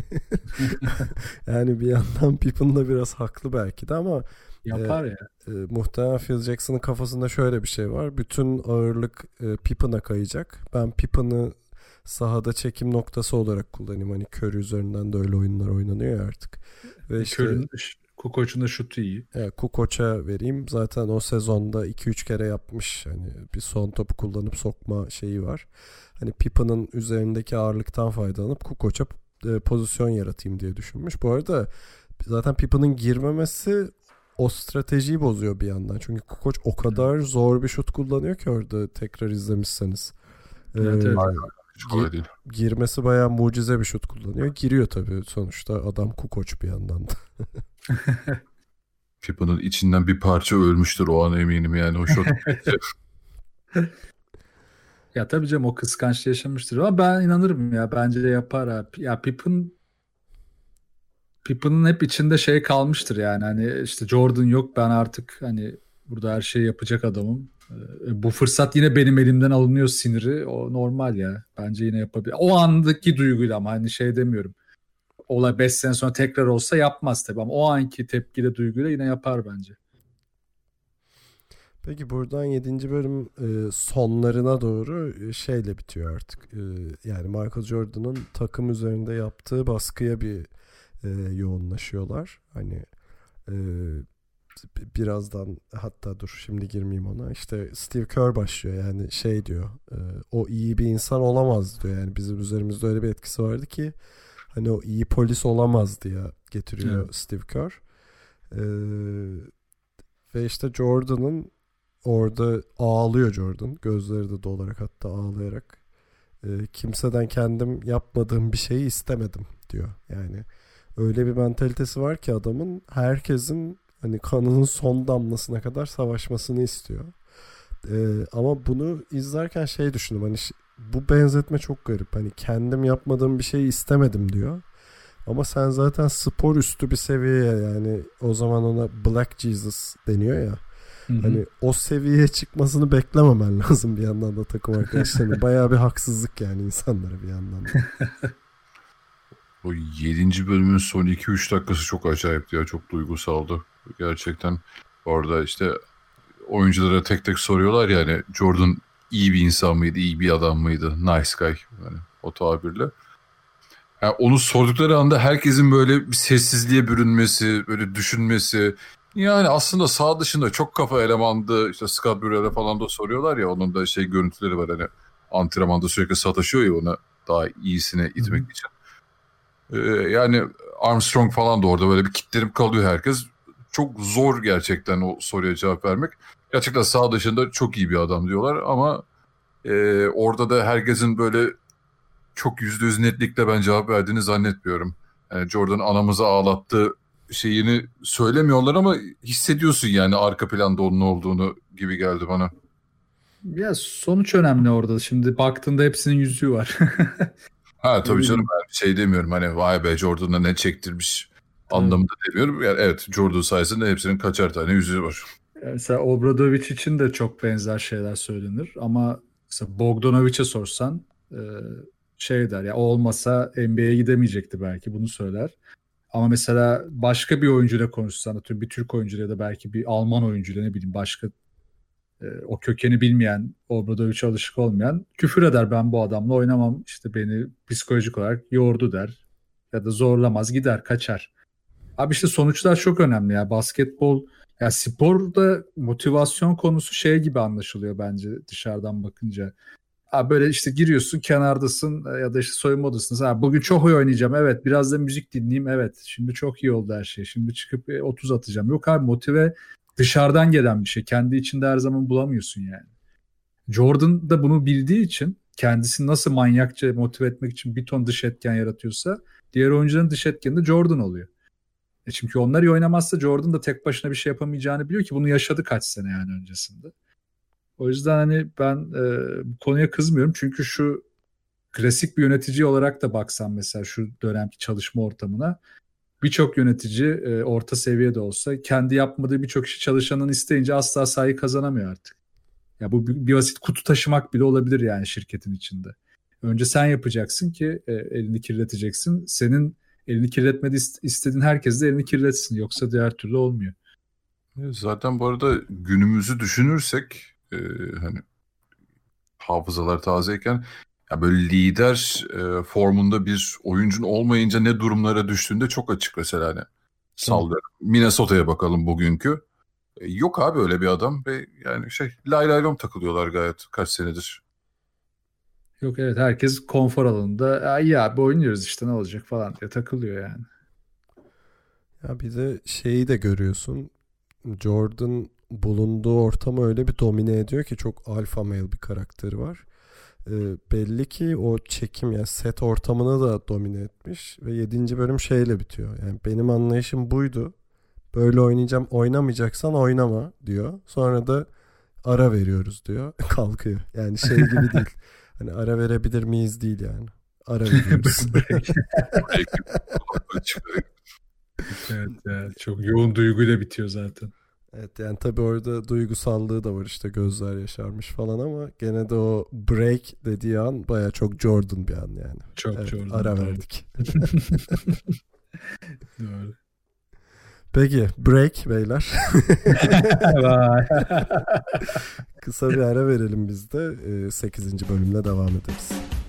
Yani bir yandan Pippen da biraz haklı belki de ama yapar ya. Muhtemelen Phil Jackson'ın kafasında şöyle bir şey var. Bütün ağırlık Pippen'a kayacak. Ben Pippen'ı sahada çekim noktası olarak kullanayım. Hani Curry üzerinden de öyle oyunlar oynanıyor ya artık. Ve işte Kukoc'un da şutu iyi. Kukoc'a vereyim. Zaten o sezonda 2-3 kere yapmış. Hani bir son topu kullanıp sokma şeyi var. Hani Pippen'ın üzerindeki ağırlıktan faydalanıp Kukoc'a pozisyon yaratayım diye düşünmüş. Bu arada zaten Pippen'ın girmemesi o stratejiyi bozuyor bir yandan. Çünkü Kukoc o kadar zor bir şut kullanıyor ki orada, tekrar izlemişseniz. Evet. Hiç kolay değil. Girmesi bayağı mucize bir şut kullanıyor. Giriyor tabii, sonuçta adam Kukoc bir yandan da. Pipa'nın içinden bir parça ölmüştür o an, eminim yani o şut. Ya tabii canım, o kıskançlığı yaşamıştır ama ben inanırım ya, bence de yapar abi. Ya Pippen'ın hep içinde şey kalmıştır yani, hani işte Jordan yok, ben artık hani burada her şeyi yapacak adamım. Bu fırsat yine benim elimden alınıyor siniri, o normal ya. Bence yine yapabilir. O andaki duyguyla, ama hani şey demiyorum. Olay 5 sene sonra tekrar olsa yapmaz tabii, ama o anki tepkiyle, duyguyla yine yapar bence. Peki buradan 7. bölüm sonlarına doğru şeyle bitiyor artık. Yani Michael Jordan'ın takım üzerinde yaptığı baskıya bir yoğunlaşıyorlar. Hani birazdan, hatta dur şimdi girmeyeyim ona. İşte Steve Kerr başlıyor, yani şey diyor. O iyi bir insan olamaz diyor. Yani bizim üzerimizde öyle bir etkisi vardı ki hani o iyi polis olamaz diye getiriyor, evet, Steve Kerr. Ve işte Jordan'ın orada ağlıyor, Jordan. Gözleri de dolarak, hatta ağlayarak. Kimseden kendim yapmadığım bir şeyi istemedim diyor. Yani öyle bir mentalitesi var ki adamın, herkesin hani kanının son damlasına kadar savaşmasını istiyor. Ama bunu izlerken şey düşündüm, hani bu benzetme çok garip. Hani kendim yapmadığım bir şeyi istemedim diyor. Ama sen zaten spor üstü bir seviyeye, yani o zaman ona Black Jesus deniyor ya. Hı-hı. Hani o seviyeye çıkmasını beklememen lazım bir yandan da takım arkadaşlarına. Bayağı bir haksızlık yani insanlara bir yandan da. O 7. bölümün son 2-3 dakikası çok acayipti ya. Çok duygusaldı. Gerçekten orada işte oyunculara tek tek soruyorlar ya, hani Jordan iyi bir insan mıydı, iyi bir adam mıydı, nice guy, yani o tabirle. Yani onu sordukları anda herkesin böyle bir sessizliğe bürünmesi, böyle düşünmesi. Yani aslında sağ dışında çok kafa elemandı. İşte Scott Burrell'e falan da soruyorlar ya, onun da şey görüntüleri var, hani antrenmanda sürekli sataşıyor ya ona daha iyisine itmek Hı-hı. için. Yani Armstrong falan da orada böyle bir kitlenip kalıyor herkes. Çok zor gerçekten o soruya cevap vermek. Gerçekten sağ dışında çok iyi bir adam diyorlar ama orada da herkesin böyle çok %100 netlikle ben cevap verdiğini zannetmiyorum. Yani Jordan anamızı ağlattı şeyini söylemiyorlar ama hissediyorsun yani arka planda onun olduğunu gibi geldi bana. Ya sonuç önemli orada. Şimdi baktığında hepsinin yüzüğü var. Ha tabii canım, ben şey demiyorum hani vay be Jordan'a ne çektirmiş anlamında demiyorum. Yani evet, Jordan sayesinde hepsinin kaçar tane yüzüğü var. Mesela Obradovic için de çok benzer şeyler söylenir ama mesela Bogdanovic'e sorsan şey der ya, o olmasa NBA'ye gidemeyecekti belki, bunu söyler. Ama mesela başka bir oyuncuyla konuşsan, atıyorum bir Türk oyuncuyla ya da belki bir Alman oyuncuyla, ne bileyim başka o kökeni bilmeyen, Obradovic'e alışık olmayan küfür eder, ben bu adamla oynamam, işte beni psikolojik olarak yordu der. Ya da zorlamaz, gider kaçar. Abi işte sonuçlar çok önemli ya. Basketbol, ya sporda motivasyon konusu şey gibi anlaşılıyor bence dışarıdan bakınca. Abi böyle işte giriyorsun, kenardasın ya da işte soyunma odasındasın. Abi bugün çok iyi oynayacağım. Evet, biraz da müzik dinleyeyim. Evet, şimdi çok iyi oldu her şey. Şimdi çıkıp 30 atacağım. Yok abi, motive dışarıdan gelen bir şey. Kendi içinde her zaman bulamıyorsun yani. Jordan da bunu bildiği için, kendisini nasıl manyakça motive etmek için bir ton dış etken yaratıyorsa, diğer oyuncuların dış etkeni de Jordan oluyor. Çünkü onlar iyi oynamazsa Jordan da tek başına bir şey yapamayacağını biliyor ki bunu yaşadı kaç sene yani öncesinde. O yüzden hani ben bu konuya kızmıyorum. Çünkü şu klasik bir yönetici olarak da baksam mesela şu dönemki çalışma ortamına, birçok yönetici orta seviyede olsa kendi yapmadığı birçok işi çalışanın isteyince asla saygı kazanamıyor artık. Ya bu bir basit kutu taşımak bile olabilir yani şirketin içinde. Önce sen yapacaksın ki elini kirleteceksin. Senin elini kirletmedi istediğin herkes de elini kirletsin. Yoksa diğer türlü olmuyor. Zaten bu arada günümüzü düşünürsek hani hafızalar tazeyken ya böyle lider formunda bir oyuncun olmayınca ne durumlara düştüğünde çok açık mesela, hani sallıyorum. Minnesota'ya bakalım bugünkü. Yok abi öyle bir adam ve yani lay lay lom takılıyorlar gayet kaç senedir. Yok evet, herkes konfor alanında ya abi oynuyoruz işte ne olacak falan diye takılıyor yani. Ya bir de şeyi de görüyorsun. Jordan bulunduğu ortamı öyle bir domine ediyor ki çok alfa male bir karakteri var. Belli ki o çekim yani set ortamını da domine etmiş ve 7. bölüm şeyle bitiyor. Yani benim anlayışım buydu. Böyle oynayacağım, oynamayacaksan oynama diyor. Sonra da ara veriyoruz diyor. Kalkıyor. Yani şey gibi değil. Hani ara verebilir miyiz değil yani. Ara veriyoruz. Evet, evet, çok yoğun duyguyla bitiyor zaten. Evet yani tabii orada duygusallığı da var işte gözler yaşarmış falan ama gene de o break dediği an baya çok Jordan bir an yani. Çok Evet, Jordan. ara Doğru. verdik. Doğru. Peki break beyler. Vay. Kısa bir ara verelim biz de 8. bölümle devam ederiz.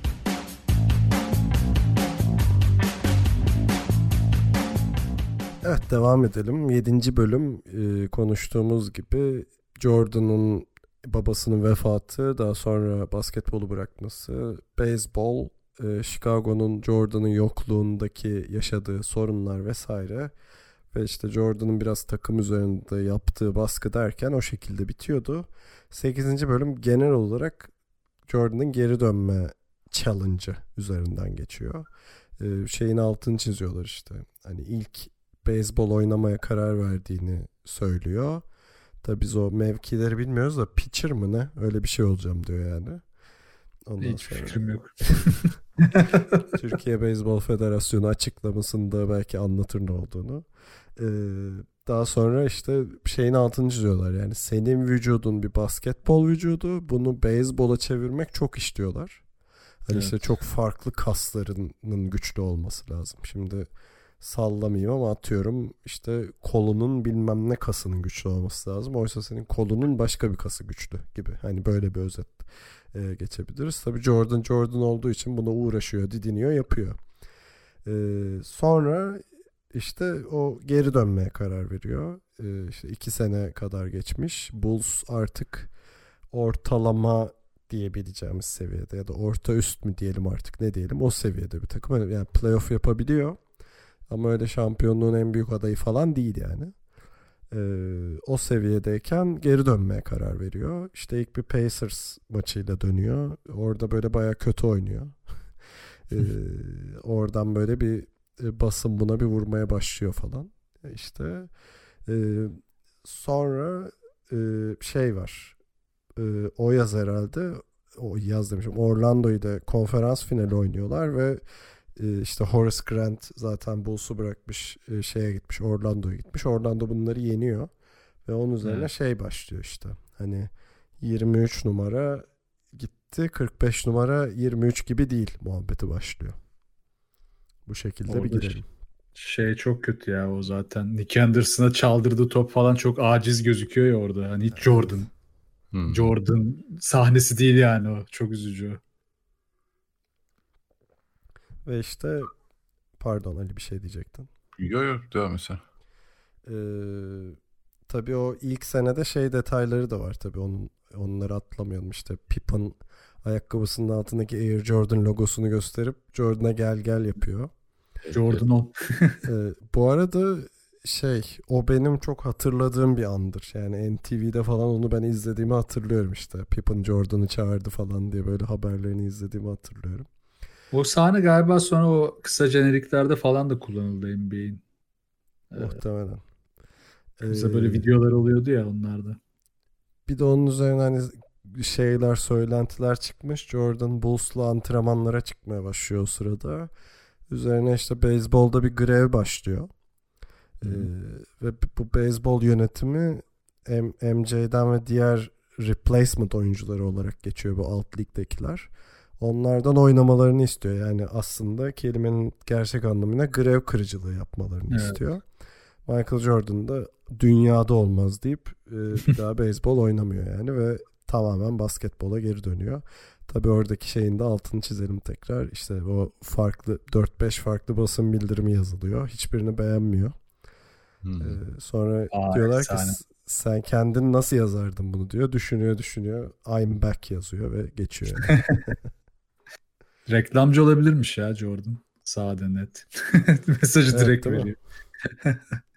Evet devam edelim. 7. bölüm konuştuğumuz gibi Jordan'ın babasının vefatı, daha sonra basketbolu bırakması, beyzbol, Chicago'nun Jordan'ın yokluğundaki yaşadığı sorunlar vesaire ve işte Jordan'ın biraz takım üzerinde yaptığı baskı derken o şekilde bitiyordu. 8. bölüm genel olarak Jordan'ın geri dönme challenge'ı üzerinden geçiyor. Şeyin altını çiziyorlar işte. Hani ilk beyzbol oynamaya karar verdiğini söylüyor. Tabii biz o mevkileri bilmiyoruz da pitcher mı ne? Öyle bir şey olacağım diyor yani. Ondan Hiç sonra fikrim yok. Türkiye Beyzbol Federasyonu açıklamasında belki anlatır ne olduğunu. Daha sonra işte şeyin altını çiziyorlar. Yani senin vücudun bir basketbol vücudu. Bunu beyzbola çevirmek çok iş diyorlar. Hani işte çok farklı kaslarının güçlü olması lazım. Şimdi sallamayayım ama atıyorum işte kolunun bilmem ne kasının güçlü olması lazım. Oysa senin kolunun başka bir kası güçlü gibi. Hani böyle bir özet geçebiliriz. Tabii Jordan olduğu için buna uğraşıyor, didiniyor, yapıyor. Sonra işte o geri dönmeye karar veriyor. İşte 2 sene kadar geçmiş. Bulls artık ortalama diyebileceğimiz seviyede ya da orta üst mü diyelim artık ne diyelim o seviyede bir takım. Yani playoff yapabiliyor. Ama öyle şampiyonluğun en büyük adayı falan değil yani. O seviyedeyken geri dönmeye karar veriyor. İşte ilk bir Pacers maçıyla dönüyor. Orada böyle baya kötü oynuyor. Oradan böyle bir basın buna bir vurmaya başlıyor falan. İşte sonra şey var. O yaz herhalde. O yaz demişim. Orlando'yu da konferans finali oynuyorlar ve işte Horace Grant zaten Bulls'u bırakmış şeye gitmiş Orlando'ya gitmiş. Orlando bunları yeniyor ve onun üzerine şey başlıyor işte. Hani 23 numara gitti 45 numara 23 gibi değil muhabbeti başlıyor. Bu şekilde Orada bir girelim. Şey çok kötü ya o zaten. Nick Anderson'a çaldırdığı top falan çok aciz gözüküyor ya orada. Hani hiç Jordan sahnesi değil yani o. Çok üzücü. Ve işte pardon Ali bir şey diyecektin. Yok devam et sen. Tabii o ilk senede şey detayları da var tabii onları atlamayalım işte Pippen ayakkabısının altındaki Air Jordan logosunu gösterip Jordan'a gel yapıyor. Jordan o. Bu arada o benim çok hatırladığım bir andır. Yani NTV'de falan onu ben izlediğimi hatırlıyorum işte. Pippen Jordan'ı çağırdı falan diye böyle haberlerini izlediğimi hatırlıyorum. O sahne galiba sonra o kısa jeneriklerde falan da kullanıldı NBA'in. Muhtemelen. Kısa böyle videolar oluyordu ya onlarda. Bir de onun üzerine hani şeyler söylentiler çıkmış. Jordan Bulls'la antrenmanlara çıkmaya başlıyor o sırada. Üzerine işte beyzbolda bir grev başlıyor. Ve bu beyzbol yönetimi MJ'den ve diğer replacement oyuncuları olarak geçiyor bu alt ligdekiler. Onlardan oynamalarını istiyor. Yani aslında kelimenin gerçek anlamıyla grev kırıcılığı yapmalarını istiyor. Michael Jordan da dünyada olmaz deyip bir daha beyzbol oynamıyor yani ve tamamen basketbola geri dönüyor. Tabii oradaki şeyin de altını çizelim tekrar. İşte o farklı 4-5 farklı basın bildirimi yazılıyor. Hiçbirini beğenmiyor. Sonra diyorlar ki sen kendin nasıl yazardın bunu diyor. Düşünüyor. I'm back yazıyor ve geçiyor. Yani. Reklamcı olabilirmiş ya Jordan. Sade net. Mesajı direkt veriyor.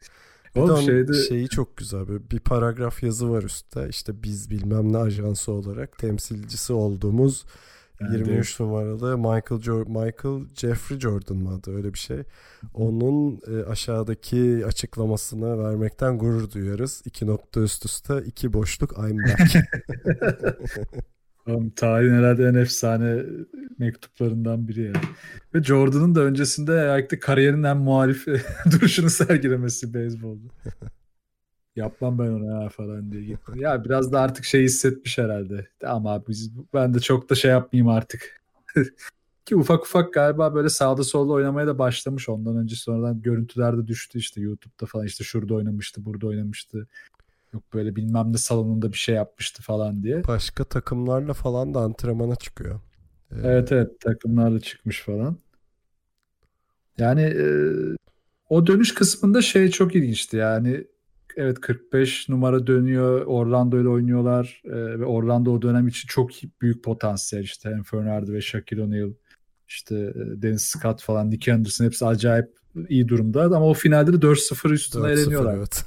Bir de Oğlum onun şeyi çok güzel. Böyle bir paragraf yazı var üstte. İşte biz bilmem ne ajansı olarak temsilcisi olduğumuz Yani 23 numaralı Michael Jeffrey Jordan mı adı, öyle bir şey. Onun aşağıdaki açıklamasını vermekten gurur duyarız. 2 nokta üst üste 2 boşluk I'm back. Oğlum, tarihin herhalde en efsane mektuplarından biri ya. Ve Jordan'ın da öncesinde belki kariyerinin en muhalif duruşunu sergilemesi beyzbolda. Yapmam ben ona ya falan diye gitti. Ya biraz da artık şey hissetmiş herhalde. Ama abi ben de çok da şey yapmayayım artık. Ki ufak ufak galiba böyle sağda solda oynamaya da başlamış. Ondan önce sonradan görüntüler de düştü işte YouTube'da falan, işte şurada oynamıştı, burada oynamıştı. Yok böyle bilmem ne salonunda bir şey yapmıştı falan diye. Başka takımlarla falan da antrenmana çıkıyor. Evet takımlarla çıkmış falan. Yani o dönüş kısmında şey çok ilginçti yani. Evet, 45 numara dönüyor. Orlando ile oynuyorlar. Ve Orlando o dönem için çok büyük potansiyel. İşte Hem Fernando ve Shaquille O'Neal, işte Dennis Scott falan, Nick Anderson hepsi acayip iyi durumda. Ama o finalde de 4-0 üstüne 4-0, eleniyorlar. evet.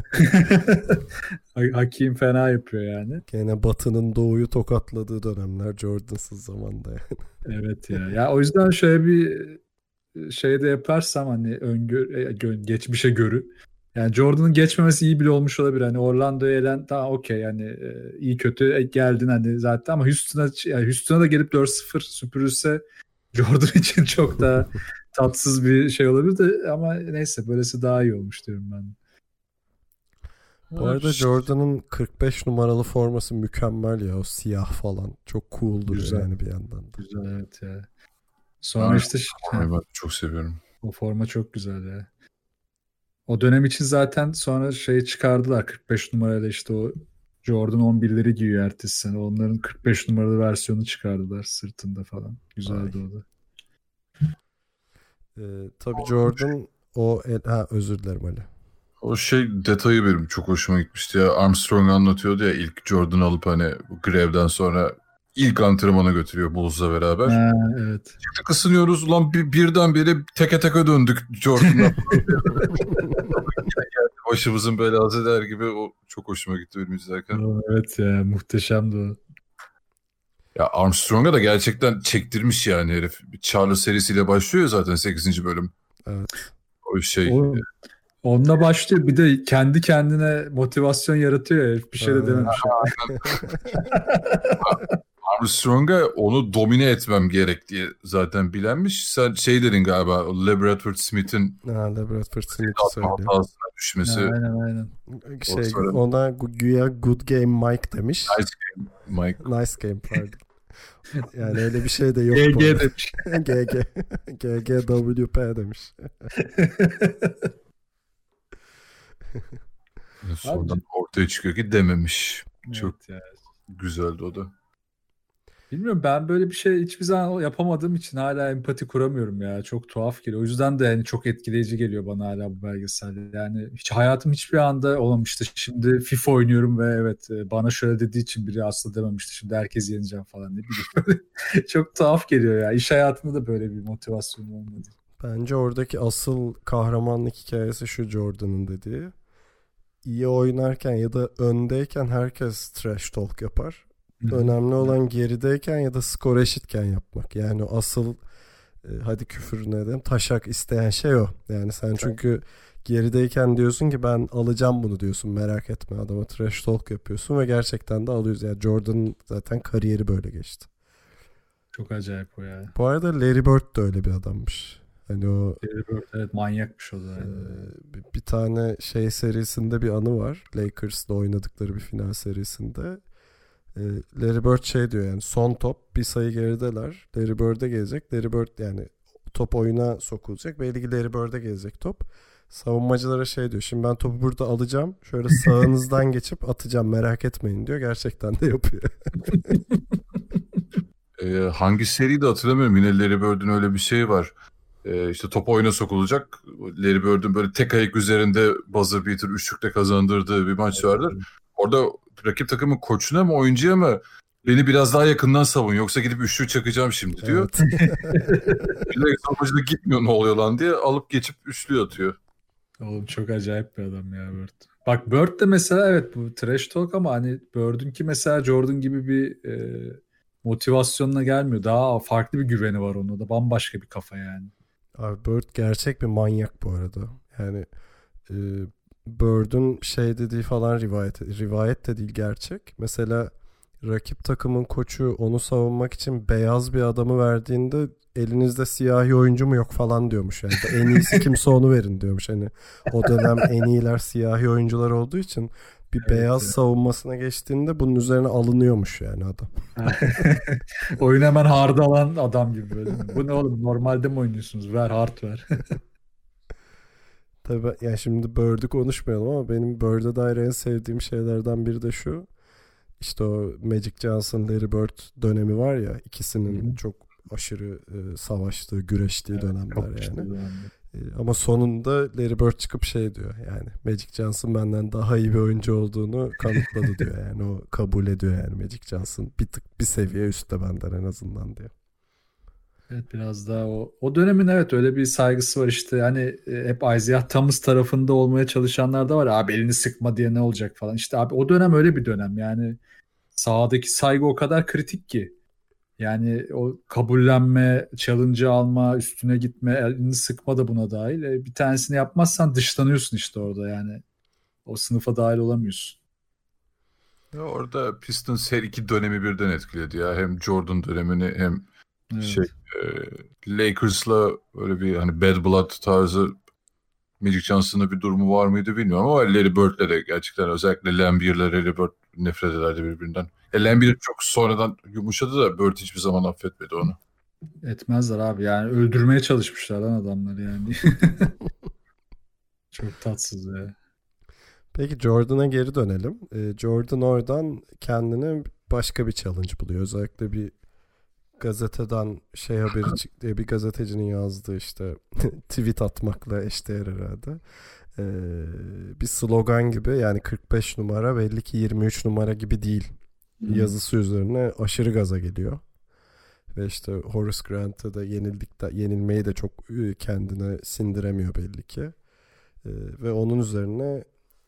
Hakim fena yapıyor yani. Gene Batı'nın Doğu'yu tokatladığı dönemler Jordan'sız zamanda yani. Evet ya. Ya o yüzden şöyle bir şey de yaparsam hani geçmişe görü. Yani Jordan'ın geçmemesi iyi bile olmuş olabilir. Hani Orlando'ya elen tamam okey yani iyi kötü geldin hani zaten, ama Houston'a da gelip 4-0 süpürülse Jordan için çok daha tatsız bir şey olabilir de, ama neyse böylesi daha iyi olmuş diyorum ben. Bu arada Jordan'ın 45 numaralı forması mükemmel ya, o siyah falan. Çok cool duruyor Güzel. Yani bir yandan da. Güzel, evet ya. Sonra işte Ben çok seviyorum. o forma çok güzel ya. O dönem için zaten sonra şey çıkardılar, 45 numarayla işte o Jordan 11'leri giyiyor ertesi sene. Onların 45 numaralı versiyonu çıkardılar sırtında falan. Güzeldi o da. Tabii Jordan özür dilerim Ali. O şey detayı benim çok hoşuma gitmişti ya. Armstrong anlatıyordu ya, ilk Jordan alıp hani bu grevden sonra ilk antrenmana götürüyor Bulls'la beraber. Ha, evet. Çıktık, ısınıyoruz. Ulan birdenbire teke teke döndük Jordan'la. Başımızın belası der gibi, o çok hoşuma gitti benim izlerken. Evet ya, muhteşemdi o. Ya Armstrong'a da gerçekten çektirmiş yani herif. Charles serisiyle başlıyor zaten 8. bölüm. Evet. O şey. Onunla başlıyor, bir de kendi kendine motivasyon yaratıyor ya herif, bir şey de dememiş. Armstrong'a onu domine etmem gerek diye zaten bilenmiş. Sen şey dedin galiba, LeBradford Smith'in LeBradford Smith'i söylüyor. hatasına düşmesi. Aynen. Ona güya good game Mike demiş. Nice game Mike. Nice game pardon. Yani öyle bir şey de yok. GG demiş. GGWP demiş. Sonradan ortaya çıkıyor ki dememiş. Çok Evet ya. güzeldi o da. Bilmiyorum, ben böyle bir şey hiçbir zaman yapamadığım için hala empati kuramıyorum ya. Çok tuhaf geliyor. O yüzden de yani çok etkileyici geliyor bana hala bu belgesel. Yani hayatım hiçbir anda olmamıştı. Şimdi FIFA oynuyorum ve evet bana şöyle dediği için biri asla dememişti. Şimdi herkes yeneceğim falan, ne bileyim. Çok tuhaf geliyor ya. İş hayatında da böyle bir motivasyon olmadı. Bence oradaki asıl kahramanlık hikayesi şu Jordan'ın dediği. İyi oynarken ya da öndeyken herkes trash talk yapar. Önemli olan gerideyken ya da skor eşitken yapmak. Yani o asıl hadi küfür ne diyeyim, taşak isteyen şey o. Yani sen çünkü gerideyken diyorsun ki ben alacağım bunu diyorsun, merak etme, adama trash talk yapıyorsun ve gerçekten de alıyoruz. Yani Jordan'ın zaten kariyeri böyle geçti. Çok acayip o ya. Bu arada Larry Bird de öyle bir adammış. Hani o Larry Bird, evet, manyakmış o da. bir tane şey serisinde bir anı var. Lakers'la oynadıkları bir final serisinde. Larry Bird şey diyor, yani son top bir sayı gerideler. Larry Bird'e gelecek. Larry Bird yani top oyuna sokulacak. Belli ki Larry Bird'e gelecek top. Savunmacılara şey diyor. Şimdi ben topu burada alacağım. Şöyle sağınızdan geçip atacağım. Merak etmeyin diyor. Gerçekten de yapıyor. Hangi seriyi de hatırlamıyorum. Yine Larry Bird'ün öyle bir şeyi var. İşte top oyuna sokulacak. Larry Bird'ün böyle tek ayak üzerinde buzzer beater üçlükte kazandırdığı bir maç vardır. Orada rakip takımın koçuna mı oyuncuya mı beni biraz daha yakından savun yoksa gidip üçlü çakacağım şimdi diyor. Evet. Bir de savunmacı da gitmiyor, ne oluyor lan diye alıp geçip üçlü atıyor. Oğlum çok acayip bir adam ya Bird. Bak Bird de mesela evet bu trash talk ama hani Bird'ünki mesela Jordan gibi bir motivasyonla gelmiyor. Daha farklı bir güveni var onda da. Bambaşka bir kafa yani. Abi Bird gerçek bir manyak bu arada. Yani e, Bird'ün şey dediği falan rivayet de değil, gerçek. Mesela rakip takımın koçu onu savunmak için beyaz bir adamı verdiğinde elinizde siyahi oyuncu mu yok falan diyormuş yani. En iyisi kimse onu verin diyormuş. Hani o dönem en iyiler siyahi oyuncular olduğu için bir Evet, beyaz evet. savunmasına geçtiğinde bunun üzerine alınıyormuş yani adam. Oyun hemen hard alan adam gibi böyle. Bu ne oğlum normalde mi oynuyorsunuz? Ver hard ver. Tabii yani şimdi Bird'ü konuşmayalım ama benim Bird'e dair en sevdiğim şeylerden biri de şu. İşte o Magic Johnson, Larry Bird dönemi var ya, ikisinin çok aşırı savaştığı, güreştiği dönemler yani. Ama sonunda Larry Bird çıkıp şey diyor yani Magic Johnson benden daha iyi bir oyuncu olduğunu kanıtladı diyor yani, o kabul ediyor yani Magic Johnson bir tık bir seviye üstte benden en azından diyor. Evet biraz daha o dönemin evet öyle bir saygısı var işte hani hep Isaiah Thomas tarafında olmaya çalışanlar da var abi elini sıkma diye ne olacak falan işte abi o dönem öyle bir dönem yani sahadaki saygı o kadar kritik ki yani o kabullenme, challenge'ı alma, üstüne gitme, elini sıkma da buna dahil. Bir tanesini yapmazsan dışlanıyorsun işte orada yani o sınıfa dahil olamıyorsun. Ya orada Pistons her iki dönemi birden etkiledi ya. Hem Jordan dönemini hem şey Evet. Lakers'la öyle bir hani bad blood tarzı Magic Johnson'ın bir durumu var mıydı bilmiyorum ama Larry Bird'le de gerçekten özellikle Lambier'le Larry Bird nefret ederdi birbirinden. Lambier çok sonradan yumuşadı da Bird hiçbir zaman affetmedi onu. Etmezler abi yani öldürmeye çalışmışlar lan adamları yani. Çok tatsız ya. Peki Jordan'a geri dönelim. Jordan oradan kendine başka bir challenge buluyor. Özellikle bir gazeteden şey haberi çıktı, bir gazetecinin yazdığı işte tweet atmakla eşdeğer herhalde. Bir slogan gibi yani 45 numara belli ki 23 numara gibi değil yazısı üzerine aşırı gaza geliyor. Ve işte Horace Grant'a da yenilmeyi de çok kendine sindiremiyor belli ki. Ve onun üzerine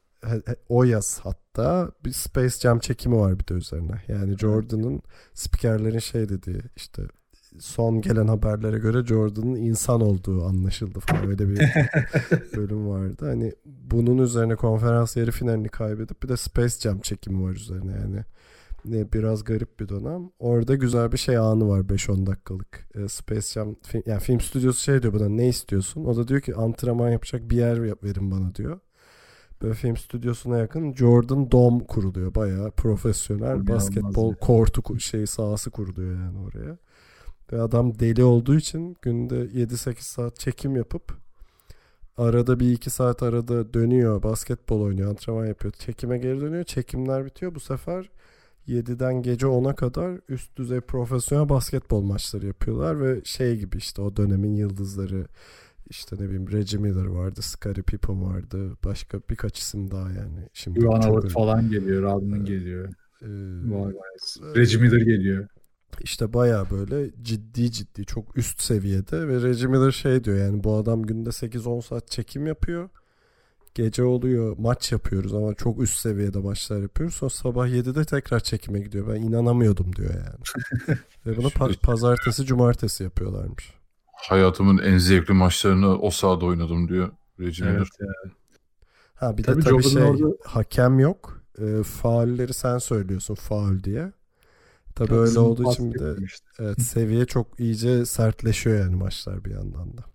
o yaz hatta bir Space Jam çekimi var bir de üzerine. Yani Jordan'ın spikerlerin şey dediği işte son gelen haberlere göre Jordan'ın insan olduğu anlaşıldı falan, öyle bir bölüm vardı. Hani bunun üzerine konferans yarı finalini kaybedip bir de Space Jam çekimi var üzerine yani. Biraz garip bir dönem. Orada güzel bir şey anı var 5-10 dakikalık. Space Jam yani film stüdyosu şey diyor buna, ne istiyorsun? O da diyor ki antrenman yapacak bir yer verin bana diyor. Böyle film stüdyosuna yakın Jordan Dome kuruluyor. Bayağı profesyonel basketbol kortu sahası kuruluyor yani oraya. Ve adam deli olduğu için günde 7-8 saat çekim yapıp arada bir 2 saat arada dönüyor, basketbol oynuyor, antrenman yapıyor. Çekime geri dönüyor. Çekimler bitiyor. Bu sefer 7'den gece 10'a kadar üst düzey profesyonel basketbol maçları yapıyorlar ve şey gibi işte o dönemin yıldızları işte ne bileyim Reggie Miller vardı, Scottie Pippen vardı, başka birkaç isim daha yani. Şimdi Juwan çok Howard falan geliyor, Rodman geliyor. Vay Reggie Miller geliyor. İşte baya böyle ciddi çok üst seviyede ve Reggie Miller şey diyor yani bu adam günde 8-10 saat çekim yapıyor. Gece oluyor maç yapıyoruz ama çok üst seviyede maçlar yapıyoruz. Sonra sabah 7'de tekrar çekime gidiyor. Ben inanamıyordum diyor yani. Ve bunu pazartesi cumartesi yapıyorlarmış. Hayatımın en zevkli maçlarını o sahada oynadım diyor Reggie Miller. Evet. Ha bir tabii de tabii şey orada... hakem yok. Faulleri sen söylüyorsun faul diye. Tabii öyle olduğu için bir de evet, seviye çok iyice sertleşiyor yani maçlar bir yandan da.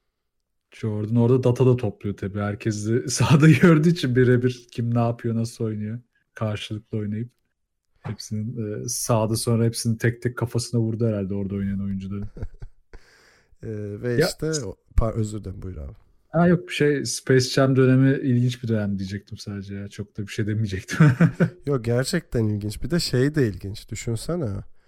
Jordan orada data da topluyor tabii. Herkes de sahada gördüğü için birebir kim ne yapıyor, nasıl oynuyor. Karşılıklı oynayıp. Hepsinin sahada sonra hepsinin tek tek kafasına vurdu herhalde orada oynayan oyuncuları. Ve ya, işte özür dilerim buyur abi. Ha yok bir şey Space Jam dönemi ilginç bir dönem diyecektim sadece ya. Çok da bir şey demeyecektim. Yok gerçekten ilginç. Bir de şey de ilginç. Düşünsene.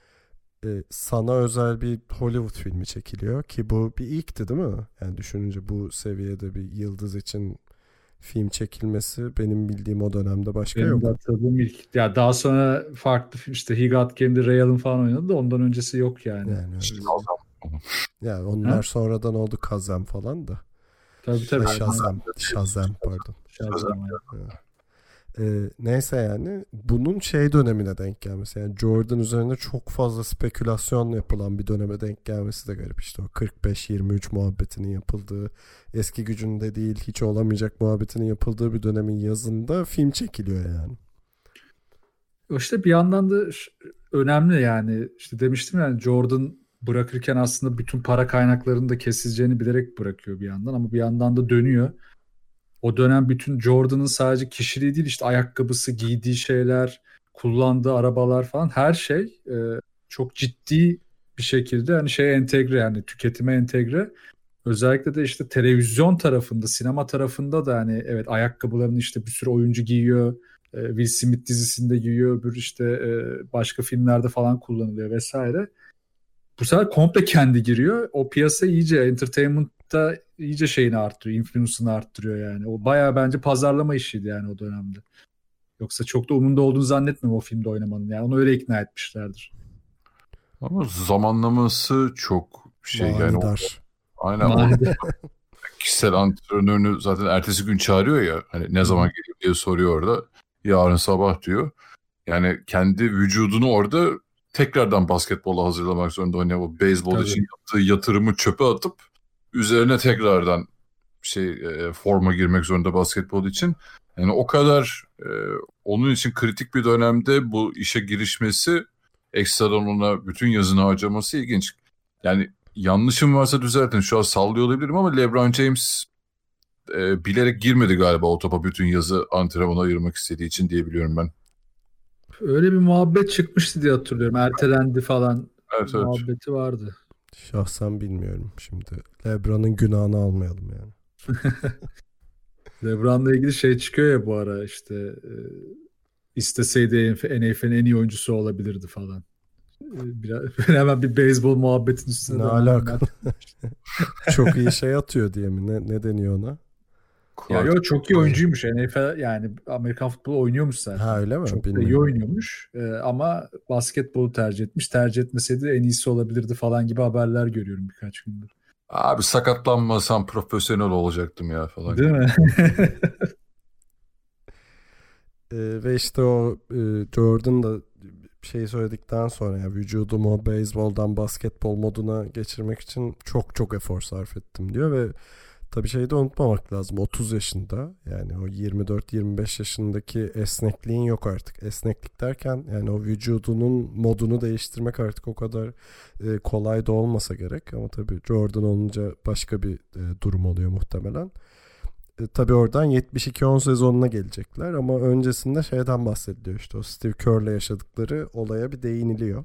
Sana özel bir Hollywood filmi çekiliyor ki bu bir ilkti değil mi? Yani düşününce bu seviyede bir yıldız için film çekilmesi benim bildiğim o dönemde başka benim yok. Benim de hatırladığım ilk. Ya daha sonra farklı film işte He Got Game'de Ray Allen falan oynadı da ondan öncesi yok yani. Yani onlar sonradan oldu Kazan falan da. Tabii. Shazam pardon. Shazam. Neyse yani bunun dönemine denk gelmesi, yani Jordan üzerine çok fazla spekülasyon yapılan bir döneme denk gelmesi de garip. İşte o 45-23 muhabbetinin yapıldığı, eski gücünde değil hiç olamayacak muhabbetinin yapıldığı bir dönemin yazında film çekiliyor yani. İşte bir yandan da önemli yani, işte demiştim yani, Jordan bırakırken aslında bütün para kaynaklarını da kesileceğini bilerek bırakıyor bir yandan, ama bir yandan da dönüyor. O dönem bütün Jordan'ın sadece kişiliği değil, işte ayakkabısı, giydiği şeyler, kullandığı arabalar falan, her şey çok ciddi bir şekilde hani entegre, yani tüketime entegre. Özellikle de işte televizyon tarafında, sinema tarafında da hani evet, ayakkabılarını işte bir sürü oyuncu giyiyor. Will Smith dizisinde giyiyor, öbür işte başka filmlerde falan kullanılıyor vesaire. Bu sefer komple kendi giriyor. O piyasa iyice, entertainment'ta iyice şeyini arttırıyor, influence'ını arttırıyor yani. O bayağı bence pazarlama işiydi yani o dönemde. Yoksa çok da umurunda olduğunu zannetmiyorum o filmde oynamanın. Yani onu öyle ikna etmişlerdir. Ama zamanlaması çok Manidar. Aynen. Orada kişisel antrenörünü zaten ertesi gün çağırıyor ya. Hani ne zaman geleyim diye soruyor orada. Yarın sabah diyor. Yani kendi vücudunu orada tekrardan basketbola hazırlamak zorunda. Hani o beyzbol için yaptığı yatırımı çöpe atıp üzerine tekrardan forma girmek zorunda basketbol için. Yani o kadar onun için kritik bir dönemde bu işe girişmesi, ekstradan ona bütün yazını harcaması ilginç. Yani yanlışım varsa düzeltin. Şu an sallıyor olabilirim ama LeBron James bilerek girmedi galiba o topa bütün yazı antrenmana ayırmak istediği için diye biliyorum ben. Öyle bir muhabbet çıkmıştı diye hatırlıyorum. Ertelendi falan. Evet. Muhabbeti vardı. Şahsen bilmiyorum şimdi. LeBron'un günahını almayalım yani. LeBron'la ilgili çıkıyor ya bu ara, işte isteseydi NFL'in en iyi oyuncusu olabilirdi falan. Hemen bir beyzbol muhabbetin üstüne. Ne alaka? Çok iyi atıyor diye mi? Ne deniyor ona? Ya çok iyi oyuncuymuş. NFL yani Amerikan futbolu oynuyormuş zaten. Ha, öyle mi? Çok da iyi oynuyormuş. Ama basketbolu tercih etmiş. Tercih etmeseydi en iyisi olabilirdi falan gibi haberler görüyorum birkaç gündür. Abi sakatlanmasam profesyonel olacaktım ya falan. Değil mi? Ve işte o Jordan da söyledikten sonra, yani vücudumu beyzboldan basketbol moduna geçirmek için çok efor sarf ettim diyor ve tabii de unutmamak lazım, 30 yaşında, yani o 24-25 yaşındaki esnekliğin yok artık. Esneklik derken yani o vücudunun modunu değiştirmek artık o kadar kolay da olmasa gerek, ama tabii Jordan olunca başka bir durum oluyor muhtemelen. Tabii oradan 72-10 sezonuna gelecekler ama öncesinde bahsediliyor, işte o Steve Kerr'le yaşadıkları olaya bir değiniliyor.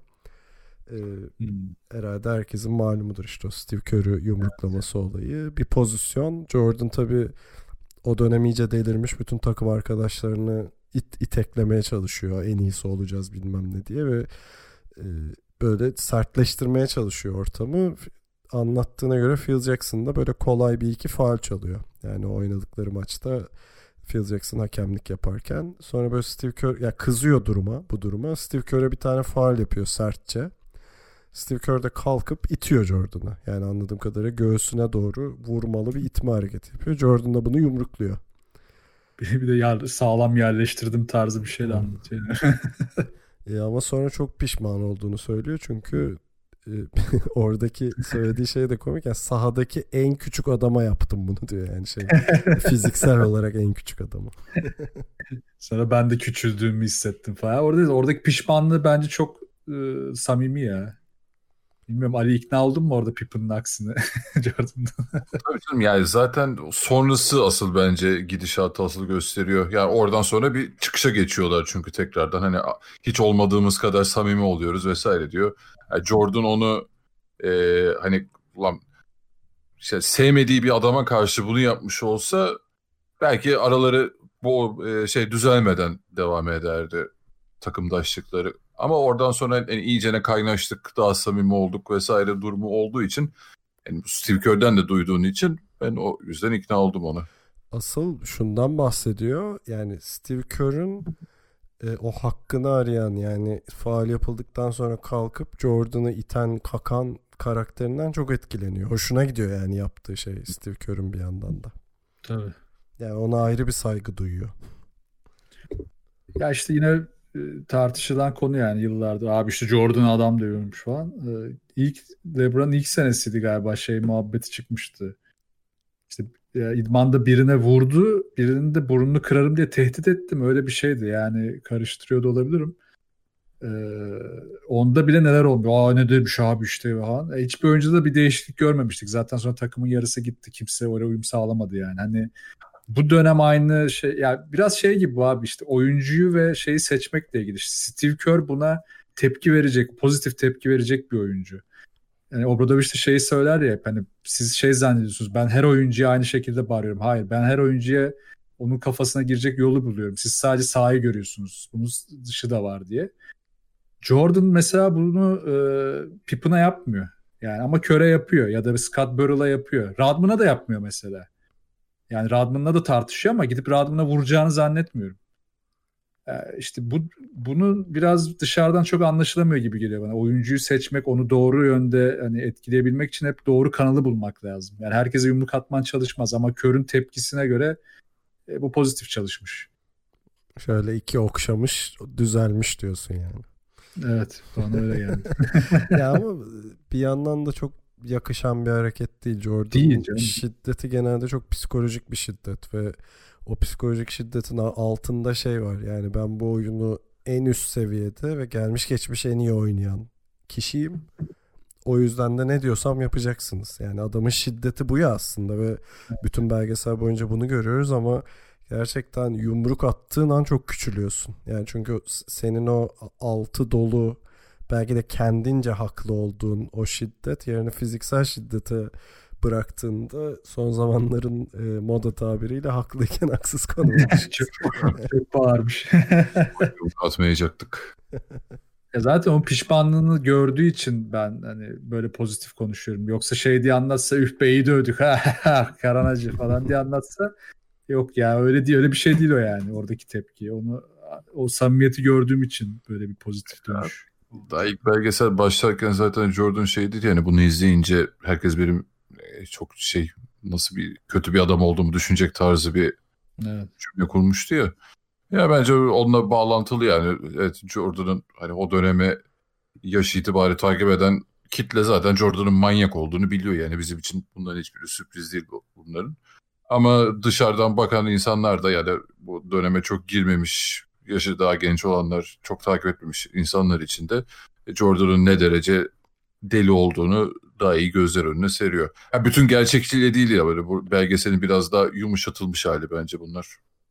Herhalde herkesin malumudur işte o Steve Kerr'ü yumruklaması olayı. Bir pozisyon, Jordan tabii o dönem iyice delirmiş, bütün takım arkadaşlarını iteklemeye çalışıyor, en iyisi olacağız bilmem ne diye ve böyle sertleştirmeye çalışıyor ortamı. Anlattığına göre Phil Jackson da böyle kolay bir iki faul çalıyor. Yani oynadıkları maçta Phil Jackson hakemlik yaparken. Sonra böyle Steve Kerr kızıyor bu duruma. Steve Kerr'e bir tane faul yapıyor sertçe. Steve Kerr de kalkıp itiyor Jordan'ı. Yani anladığım kadarıyla göğsüne doğru vurmalı bir itme hareketi yapıyor. Jordan da bunu yumrukluyor. Bir de sağlam yerleştirdim tarzı bir şey de anlatıyor. Ama sonra çok pişman olduğunu söylüyor çünkü oradaki söylediği de komik. Yani sahadaki en küçük adama yaptım bunu diyor, yani fiziksel olarak en küçük adamı. Sonra ben de küçüldüğümü hissettim falan. Oradaki pişmanlığı bence çok samimi ya. Bilmiyorum, Ali ikna oldun mu orada Pippen'ın aksine Jordan'dan? Tabii canım, yani zaten sonrası asıl bence gidişatı asıl gösteriyor. Yani oradan sonra bir çıkışa geçiyorlar çünkü tekrardan hani hiç olmadığımız kadar samimi oluyoruz vesaire diyor. Yani Jordan onu hani ulan sevmediği bir adama karşı bunu yapmış olsa belki araları bu düzelmeden devam ederdi takımdaşlıkları. Ama oradan sonra iyicene kaynaştık, daha samimi olduk vesaire durumu olduğu için, yani Steve Kerr'den de duyduğun için ben o yüzden ikna oldum ona. Asıl şundan bahsediyor. Yani Steve Kerr'ün o hakkını arayan, yani faul yapıldıktan sonra kalkıp Jordan'ı iten, kakan karakterinden çok etkileniyor. Hoşuna gidiyor yani yaptığı şey, Steve Kerr'ün bir yandan da. Tabii. Yani ona ayrı bir saygı duyuyor. Ya işte yine tartışılan konu yani yıllardır. Abi işte Jordan adam diyormuş falan. LeBron'un ilk senesiydi galiba, muhabbeti çıkmıştı. İşte idmanda birine vurdu, birinin de burnunu kırarım diye tehdit ettim. Öyle bir şeydi yani, karıştırıyor da olabilirim. Onda bile neler olmuyor. Ne demiş abi işte falan. Hiçbir oyuncuda bir değişiklik görmemiştik. Zaten sonra takımın yarısı gitti. Kimse oraya uyum sağlamadı yani. Hani bu dönem aynı şey. Yani biraz şey gibi bu abi, işte oyuncuyu ve şeyi seçmekle ilgili. İşte Steve Kerr buna tepki verecek, pozitif tepki verecek bir oyuncu. Yani Obradoviç de şeyi söyler ya hep, hani siz şey zannediyorsunuz, ben her oyuncuya aynı şekilde bağırıyorum. Hayır, ben her oyuncuya onun kafasına girecek yolu buluyorum. Siz sadece sahayı görüyorsunuz. Bunun dışı da var diye. Jordan mesela bunu Pippen'a yapmıyor. Yani ama Kerr'e yapıyor ya da bir Scott Burrell'a yapıyor. Rodman'a da yapmıyor mesela. Yani Rodman'la da tartışıyor ama gidip Rodman'a vuracağını zannetmiyorum. İşte bunu biraz dışarıdan çok anlaşılamıyor gibi geliyor bana. Oyuncuyu seçmek, onu doğru yönde hani etkileyebilmek için hep doğru kanalı bulmak lazım. Yani herkese yumruk atman çalışmaz ama Kerr'ün tepkisine göre bu pozitif çalışmış. Şöyle iki okşamış, düzelmiş diyorsun yani. Evet, bana öyle geldi. Ya ama bir yandan da çok yakışan bir hareket değil. Jordan'ın şiddeti genelde çok psikolojik bir şiddet ve o psikolojik şiddetin altında şey var. Yani ben bu oyunu en üst seviyede ve gelmiş geçmiş en iyi oynayan kişiyim. O yüzden de ne diyorsam yapacaksınız. Yani adamın şiddeti bu ya aslında ve bütün belgesel boyunca bunu görüyoruz ama gerçekten yumruk attığın an çok küçülüyorsun. Yani çünkü senin o altı dolu, belki de kendince haklı olduğun o şiddet yerini fiziksel şiddete bıraktığında son zamanların moda tabiriyle haklıyken haksız konuma çok bağırmış. Atmayacaktık. Zaten o pişmanlığını gördüğü için ben hani böyle pozitif konuşuyorum. Yoksa şey diye anlatsa, üf be iyi dövdük karanacı falan diye anlatsa, yok ya öyle değil, öyle bir şey değil o yani, oradaki tepki. O samimiyeti gördüğüm için böyle bir pozitif dönüş. Daha ilk belgesel başlarken zaten Jordan şeydi yani, bunu izleyince herkes benim çok nasıl bir kötü bir adam olduğumu düşünecek tarzı bir cümle kurmuştu ya. Ya bence onunla bağlantılı yani. Evet, Jordan'ın hani o döneme yaş itibariyle takip eden kitle zaten Jordan'ın manyak olduğunu biliyor yani, bizim için bunların hiçbiri sürpriz değil bunların. Ama dışarıdan bakan insanlar da yani bu döneme çok girmemiş, yaşı daha genç olanlar, çok takip etmemiş insanlar için de Jordan'ın ne derece deli olduğunu daha iyi gözler önüne seriyor. Yani bütün gerçekçiliği değil ya, böyle bu belgeselin biraz daha yumuşatılmış hali bence bunlar.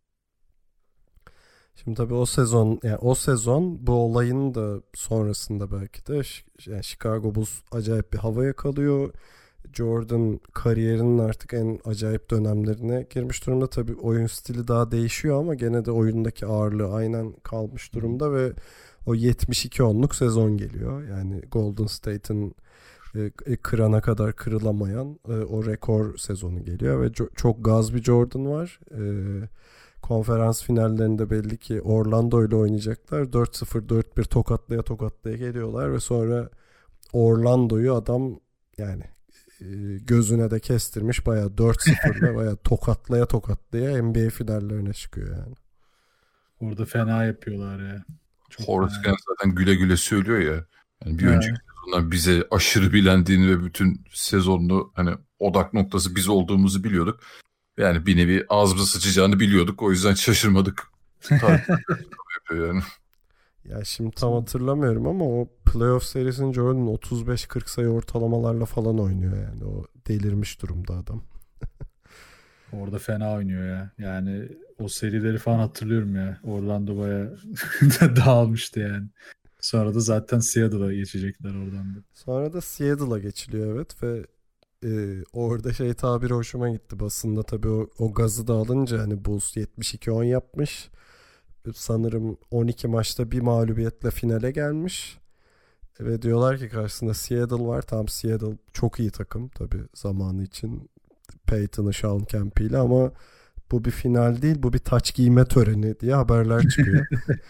Şimdi tabii o sezon bu olayın da sonrasında belki de yani Chicago Bulls acayip bir havaya kalıyor. Jordan kariyerinin artık en acayip dönemlerine girmiş durumda. Tabii oyun stili daha değişiyor ama gene de oyundaki ağırlığı aynen kalmış durumda ve o 72-10'luk sezon geliyor. Yani Golden State'in kırana kadar kırılamayan o rekor sezonu geliyor ve çok gaz bir Jordan var. Konferans finallerinde belli ki Orlando ile oynayacaklar. 4-0, 4-1 tokatlaya geliyorlar ve sonra Orlando'yu adam yani gözüne de kestirmiş, bayağı 4-0'la bayağı tokatlaya NBA finallerine çıkıyor yani. Orada fena yapıyorlar ya. Horace Grant zaten güle güle söylüyor ya. Yani bir önceki sezondan bize aşırı bilendiğini ve bütün sezonunu hani odak noktası biz olduğumuzu biliyorduk. Yani bir nevi ağzımıza sıçacağını biliyorduk. O yüzden şaşırmadık. Yapıyor yani. Ya şimdi tam hatırlamıyorum ama o playoff serisinin Jordan 35-40 sayı ortalamalarla falan oynuyor yani. O delirmiş durumda adam. Orada fena oynuyor ya. Yani o serileri falan hatırlıyorum ya. Orlando bayağı dağılmıştı yani. Sonra da zaten Seattle'a geçecekler oradan da. Sonra da Seattle'a geçiliyor evet ve orada tabiri hoşuma gitti basında tabii o gazı da alınca hani Bulls 72-10 yapmış. Sanırım 12 maçta bir mağlubiyetle finale gelmiş. Ve diyorlar ki karşısında Seattle var. Tam Seattle çok iyi takım tabii zamanı için. Peyton'ı, Sean Kemp'iyle ama bu bir final değil, bu bir taç giyme töreni diye haberler çıkıyor.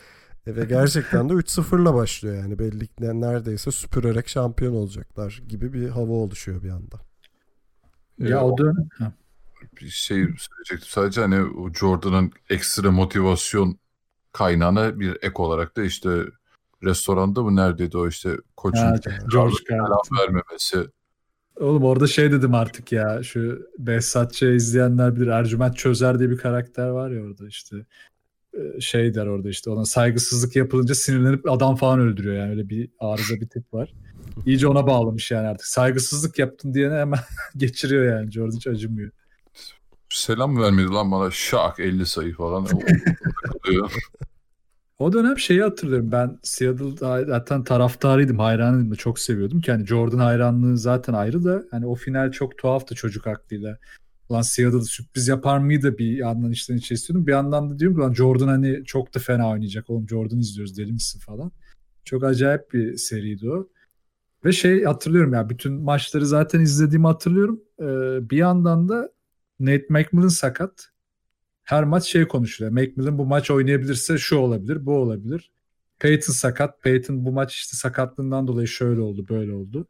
Ve gerçekten de 3-0'la başlıyor yani. Belli ki neredeyse süpürerek şampiyon olacaklar gibi bir hava oluşuyor bir anda. Ya o da Bir şey söyleyecektim sadece, hani o Jordan'ın ekstra motivasyon kaynağına bir ek olarak da işte restoranda mı neredeydi o işte koçun George selam Carlin. vermemesi. Oğlum orada şey dedim artık ya, şu Behzatçı izleyenler bilir, Ercüment Çözer diye bir karakter var ya orada, işte şey der orada, işte ona saygısızlık yapılınca sinirlenip adam falan öldürüyor, yani öyle bir arıza bir tip var. İyice ona bağlamış yani artık. Saygısızlık yaptın diyene hemen geçiriyor yani. Jordan hiç acımıyor. Selam mı vermedi lan bana, şak 50 sayı falan. O dönem şeyi hatırlıyorum. Ben Seattle zaten taraftarıydım, hayranıydım da çok seviyordum ki hani Jordan hayranlığı zaten ayrı da hani o final çok tuhaftı çocuk aklıyla. Ulan Seattle sürpriz yapar mıydı, bir yandan içten içe istiyordum. Bir yandan da diyorum ki lan Jordan hani çok da fena oynayacak. Oğlum Jordan izliyoruz, deli misin falan. Çok acayip bir seriydi o. Ve şey hatırlıyorum ya, bütün maçları zaten izlediğimi hatırlıyorum. Bir yandan da Nate McMillan sakat. Her maç şey konuşuluyor. McMillan bu maç oynayabilirse şu olabilir, bu olabilir. Peyton sakat. Peyton bu maç işte sakatlığından dolayı şöyle oldu, böyle oldu.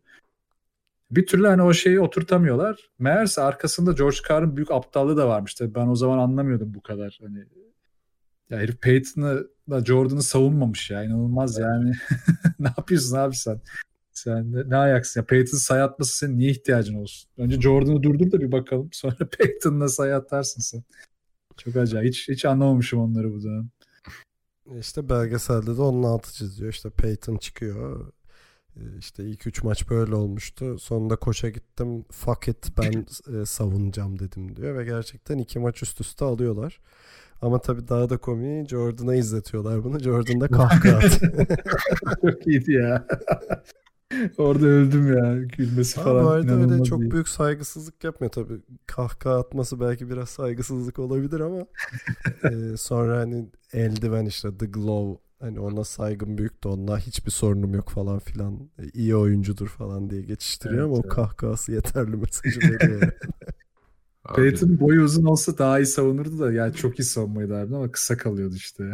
Bir türlü hani o şeyi oturtamıyorlar. Meğerse arkasında George Carr'ın büyük aptallığı da varmış. Tabii ben o zaman anlamıyordum bu kadar. Hani ya herif Peyton'ı da Jordan'ı savunmamış ya. İnanılmaz yani. Ne yapıyorsun abi sen? Sen ne ayaksın ya? Peyton sayı atması senin niye ihtiyacın olsun? Önce Jordan'ı durdur da bir bakalım. Sonra Peyton'la sayı atarsın sen. Çok acayip. Hiç anlamamışım onları bu dönem. İşte belgeselde de onun altı çiziyor. İşte Peyton çıkıyor. İşte ilk 3 maç böyle olmuştu. Sonunda koça gittim. Fuck it, ben savunacağım dedim diyor. Ve gerçekten 2 maç üst üste alıyorlar. Ama tabii daha da komiği, Jordan'a izletiyorlar bunu. Jordan da kahkaha atıyor. Çok iyiydi ya. Orada öldüm ya. Gülmesi falan. Bu arada öyle inanılmaz çok iyi. büyük saygısızlık yapmıyor tabii. Kahkaha atması belki biraz saygısızlık olabilir ama sonra hani eldiven, işte The Glove, hani ona saygım büyük de onunla hiçbir sorunum yok falan filan. İyi oyuncudur falan diye geçiştiriyor ama Evet, o kahkahası yeterli mesajı veriyor. Yani. Peyton boyu uzun olsa daha iyi savunurdu da yani çok iyi savunmayı derdi ama kısa kalıyordu işte.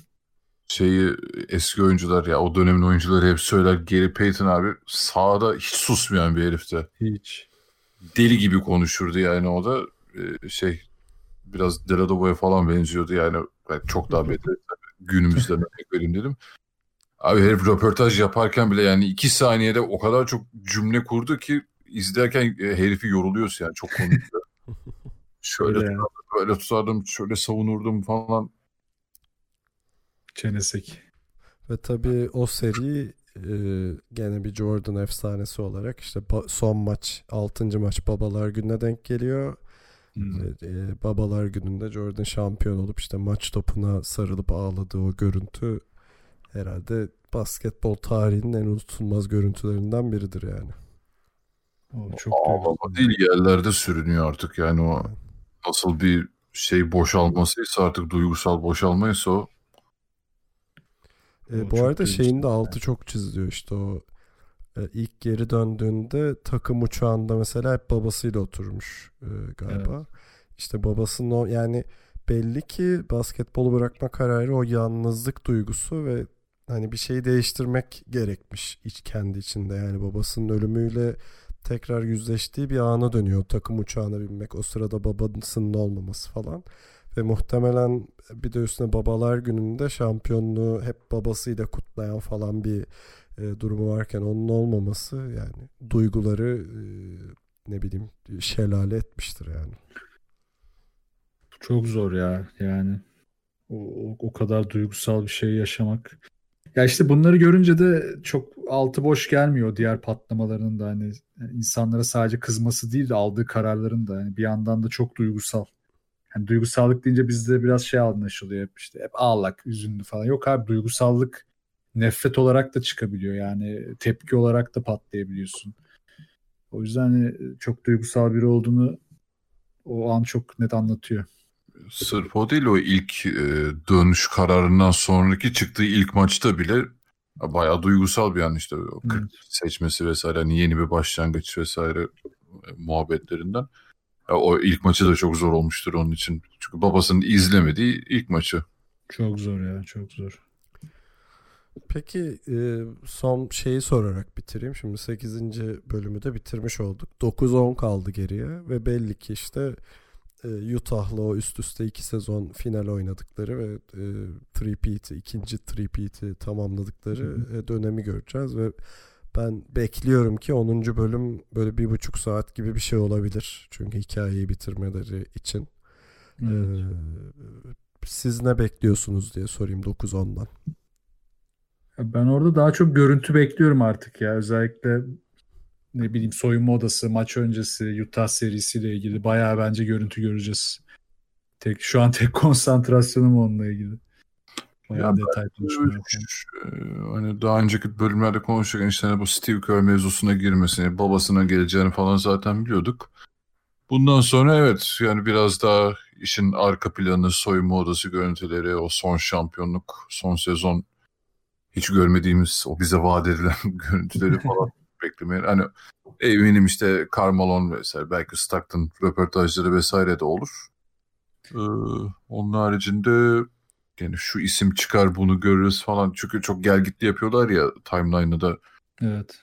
Şeyi, eski oyuncular ya, o dönemin oyuncuları hep söyler, Gary Payton abi sahada hiç susmayan bir herifti. Hiç. Deli gibi konuşurdu yani, o da şey biraz Deladobo'ya falan benziyordu yani. Ben çok daha beter günümüzden örnek vereyim dedim. Abi herif röportaj yaparken bile yani 2 saniyede o kadar çok cümle kurdu ki izlerken herifi yoruluyorsun yani, çok konuştu. Şöyle Öyle ya. tutardım, böyle tutardım, şöyle savunurdum falan. Çenesek. Ve tabii o seri gene bir Jordan efsanesi olarak işte son maç, 6. maç Babalar Günü'ne denk geliyor. Babalar Günü'nde Jordan şampiyon olup işte maç topuna sarılıp ağladığı o görüntü herhalde basketbol tarihinin en unutulmaz görüntülerinden biridir yani. O çok Ağlama değil, yerlerde sürünüyor artık yani, o nasıl bir şey boşalmasıysa artık, duygusal boşalmaysa o. Bu çok arada şeyin de duygusal. altı çok çiziliyor işte o ilk geri döndüğünde takım uçağında mesela hep babasıyla oturmuş galiba. Evet. İşte babasının o, yani belli ki basketbolu bırakma kararı o yalnızlık duygusu ve hani bir şeyi değiştirmek gerekmiş kendi içinde. Yani babasının ölümüyle tekrar yüzleştiği bir ana dönüyor. Takım uçağına binmek, o sırada babasının olmaması falan. Ve muhtemelen bir de üstüne Babalar Günü'nde şampiyonluğu hep babasıyla kutlayan falan bir durumu varken onun olmaması, yani duyguları ne bileyim şelale etmiştir yani. Çok zor ya yani. O kadar duygusal bir şey yaşamak. Ya işte bunları görünce de çok altı boş gelmiyor diğer patlamalarının da, hani yani insanlara sadece kızması değil de aldığı kararların da hani bir yandan da çok duygusal. Yani duygusallık deyince bizde biraz şey anlaşılıyor, hep işte hep ağlak, üzüntü falan. Yok abi, duygusallık nefret olarak da çıkabiliyor, yani tepki olarak da patlayabiliyorsun. O yüzden hani çok duygusal biri olduğunu o an çok net anlatıyor. Sırf o değil, o ilk dönüş kararından sonraki çıktığı ilk maçta bile bayağı duygusal bir an, işte o 40 Evet. seçmesi vesaire, hani yeni bir başlangıç vesaire muhabbetlerinden. O ilk maçı da çok zor olmuştur onun için. Çünkü babasının izlemediği ilk maçı. Çok zor ya, çok zor. Peki son şeyi sorarak bitireyim. Şimdi 8. bölümü de bitirmiş olduk. 9-10 kaldı geriye ve belli ki işte Utah'la o üst üste 2 sezon final oynadıkları ve ikinci three-peat'i tamamladıkları dönemi göreceğiz ve ben bekliyorum ki 10. bölüm böyle 1,5 saat gibi bir şey olabilir. Çünkü hikayeyi bitirmeleri için. Evet. Siz ne bekliyorsunuz diye sorayım 9-10'dan. Ben orada daha çok görüntü bekliyorum artık ya. Özellikle ne bileyim soyunma odası, maç öncesi, Utah serisiyle ilgili bayağı bence görüntü göreceğiz. Şu an tek konsantrasyonum onunla ilgili. Bayağı Ya detay konuşmaya falan. hani daha önceki bölümlerde konuşurken işte hani bu Steve Kerr mevzusuna girmesini, babasına geleceğini falan zaten biliyorduk. Bundan sonra evet yani biraz daha işin arka planı, soyunma odası görüntüleri, o son şampiyonluk, son sezon hiç görmediğimiz o bize vaat edilen görüntüleri falan beklemeye. Hani eminim işte Karl Malone vesaire belki Stockton röportajları vesaire de olur. Onun haricinde yani şu isim çıkar bunu görürüz falan. Çünkü çok gelgitli yapıyorlar ya timeline'ı da. Evet.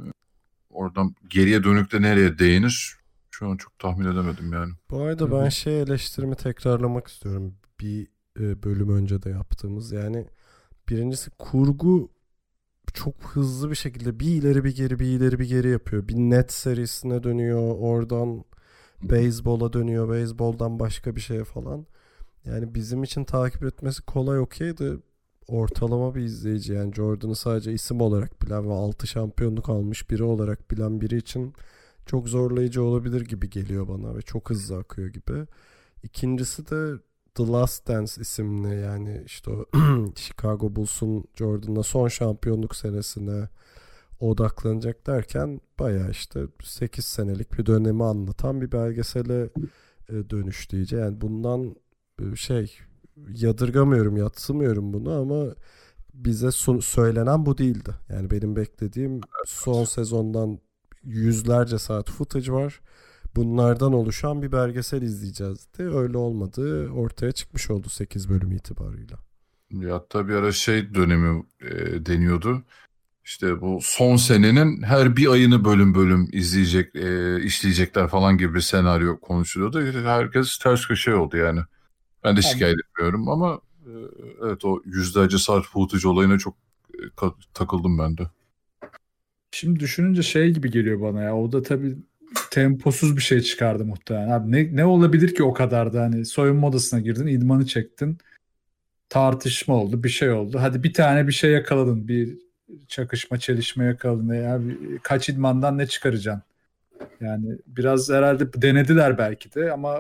Oradan geriye dönük de nereye değinir? Şu an çok tahmin edemedim yani. Bu arada ben eleştirimi tekrarlamak istiyorum. Bir bölüm önce de yaptığımız. Yani birincisi kurgu çok hızlı bir şekilde bir ileri bir geri bir ileri bir geri yapıyor. Bir net serisine dönüyor. Oradan beyzbola dönüyor. Beyzboldan başka bir şeye falan. Yani bizim için takip etmesi kolay okeydi. Ortalama bir izleyici yani Jordan'ı sadece isim olarak bilen ve 6 şampiyonluk almış biri olarak bilen biri için çok zorlayıcı olabilir gibi geliyor bana ve çok hızlı akıyor gibi. İkincisi de The Last Dance isimli yani işte o Chicago Bulls'un Jordan'la son şampiyonluk senesine odaklanacak derken bayağı işte 8 senelik bir dönemi anlatan bir belgesele dönüştü iyice. Yani bundan yadırgamıyorum, yadsımıyorum bunu ama bize söylenen bu değildi. Yani benim beklediğim son sezondan yüzlerce saat footage var. Bunlardan oluşan bir belgesel izleyeceğiz de öyle olmadı. Ortaya çıkmış oldu 8 bölüm itibarıyla. Ya hatta bir ara dönemi deniyordu. İşte bu son senenin her bir ayını bölüm bölüm işleyecekler falan gibi bir senaryo konuşuluyordu. Herkes ters köşe oldu yani. Ben de şikayet etmiyorum ama evet o yüzlerce saat footage olayına çok takıldım ben de. Şimdi düşününce gibi geliyor bana ya. O da tabii temposuz bir şey çıkardı muhtemelen. Abi ne olabilir ki o kadar da hani soyunma odasına girdin, idmanı çektin. Tartışma oldu, bir şey oldu. Hadi bir tane bir şey yakaladın. Bir çakışma, çelişme yakaladın. Ya kaç idmandan ne çıkaracaksın? Yani biraz herhalde denediler belki de ama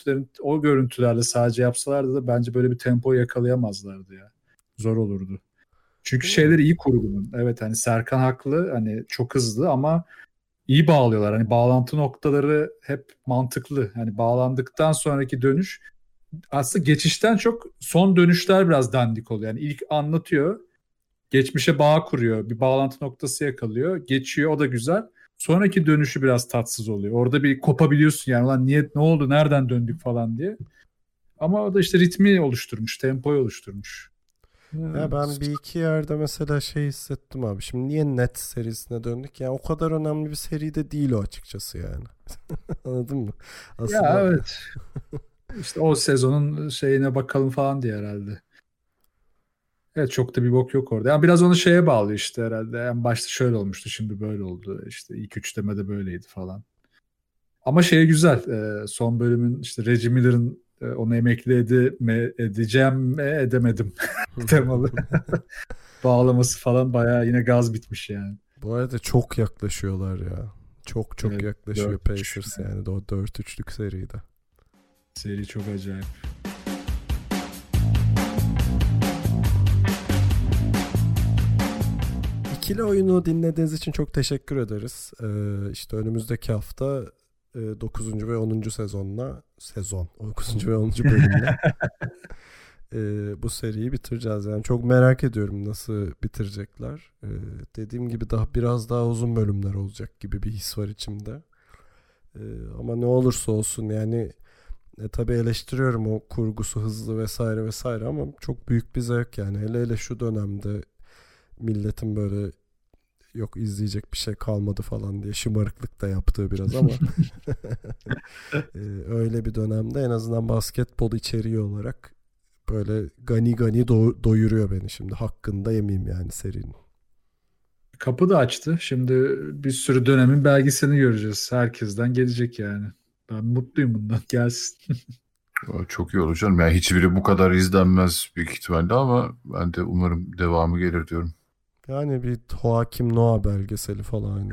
o görüntülerle sadece yapsalardı da bence böyle bir tempo yakalayamazlardı ya. Zor olurdu. Çünkü şeyler iyi kurgunun. Evet hani Serkan haklı. Hani çok hızlı ama iyi bağlıyorlar. Hani bağlantı noktaları hep mantıklı. Hani bağlandıktan sonraki dönüş aslında geçişten çok son dönüşler biraz dandik oluyor. Yani ilk anlatıyor. Geçmişe bağ kuruyor. Bir bağlantı noktası yakalıyor. Geçiyor o da güzel. Sonraki dönüşü biraz tatsız oluyor. Orada bir kopabiliyorsun yani. Ulan ne oldu nereden döndük falan diye. Ama o da işte ritmi oluşturmuş. Tempoyu oluşturmuş. Ya ben bir iki yerde mesela hissettim abi. Şimdi niye Net serisine döndük? Yani o kadar önemli bir seri de değil o açıkçası yani. Anladın mı? Aslında... Ya evet. İşte o sezonun şeyine bakalım falan diye herhalde. Evet çok da bir bok yok orada. Yani biraz onu bağlıyor işte herhalde. En başta şöyle olmuştu şimdi böyle oldu. İşte ilk üçlemede böyleydi falan. Ama güzel. Son bölümün işte Reggie Miller'ın onu emekli edeceğim mi edemedim temalı bağlaması falan bayağı yine gaz bitmiş yani. Bu arada çok yaklaşıyorlar ya. Çok evet, yaklaşıyor Pacers yani. O 4-3'lük seride. Seri çok acayip. İkili oyunu dinlediğiniz için çok teşekkür ederiz. İşte önümüzdeki hafta 9. ve 10. 9. ve 10. bölümle bu seriyi bitireceğiz. Yani çok merak ediyorum nasıl bitirecekler. Dediğim gibi biraz daha uzun bölümler olacak gibi bir his var içimde. Ama ne olursa olsun yani tabii eleştiriyorum o kurgusu hızlı vesaire vesaire ama çok büyük bir zevk yani. Hele şu dönemde milletin böyle yok izleyecek bir şey kalmadı falan diye şımarıklık da yaptığı biraz ama öyle bir dönemde en azından basketbol içeriği olarak böyle gani gani doyuruyor beni şimdi. Hakkında yemeyeyim yani serinin. Kapı da açtı. Şimdi bir sürü dönemin belgeselini göreceğiz. Herkesten gelecek yani. Ben mutluyum bundan. Gelsin. Çok iyi olur canım. Yani hiçbiri bu kadar izlenmez büyük ihtimalle ama ben de umarım devamı gelir diyorum. Yani bir Joakim Noah belgeseli falan.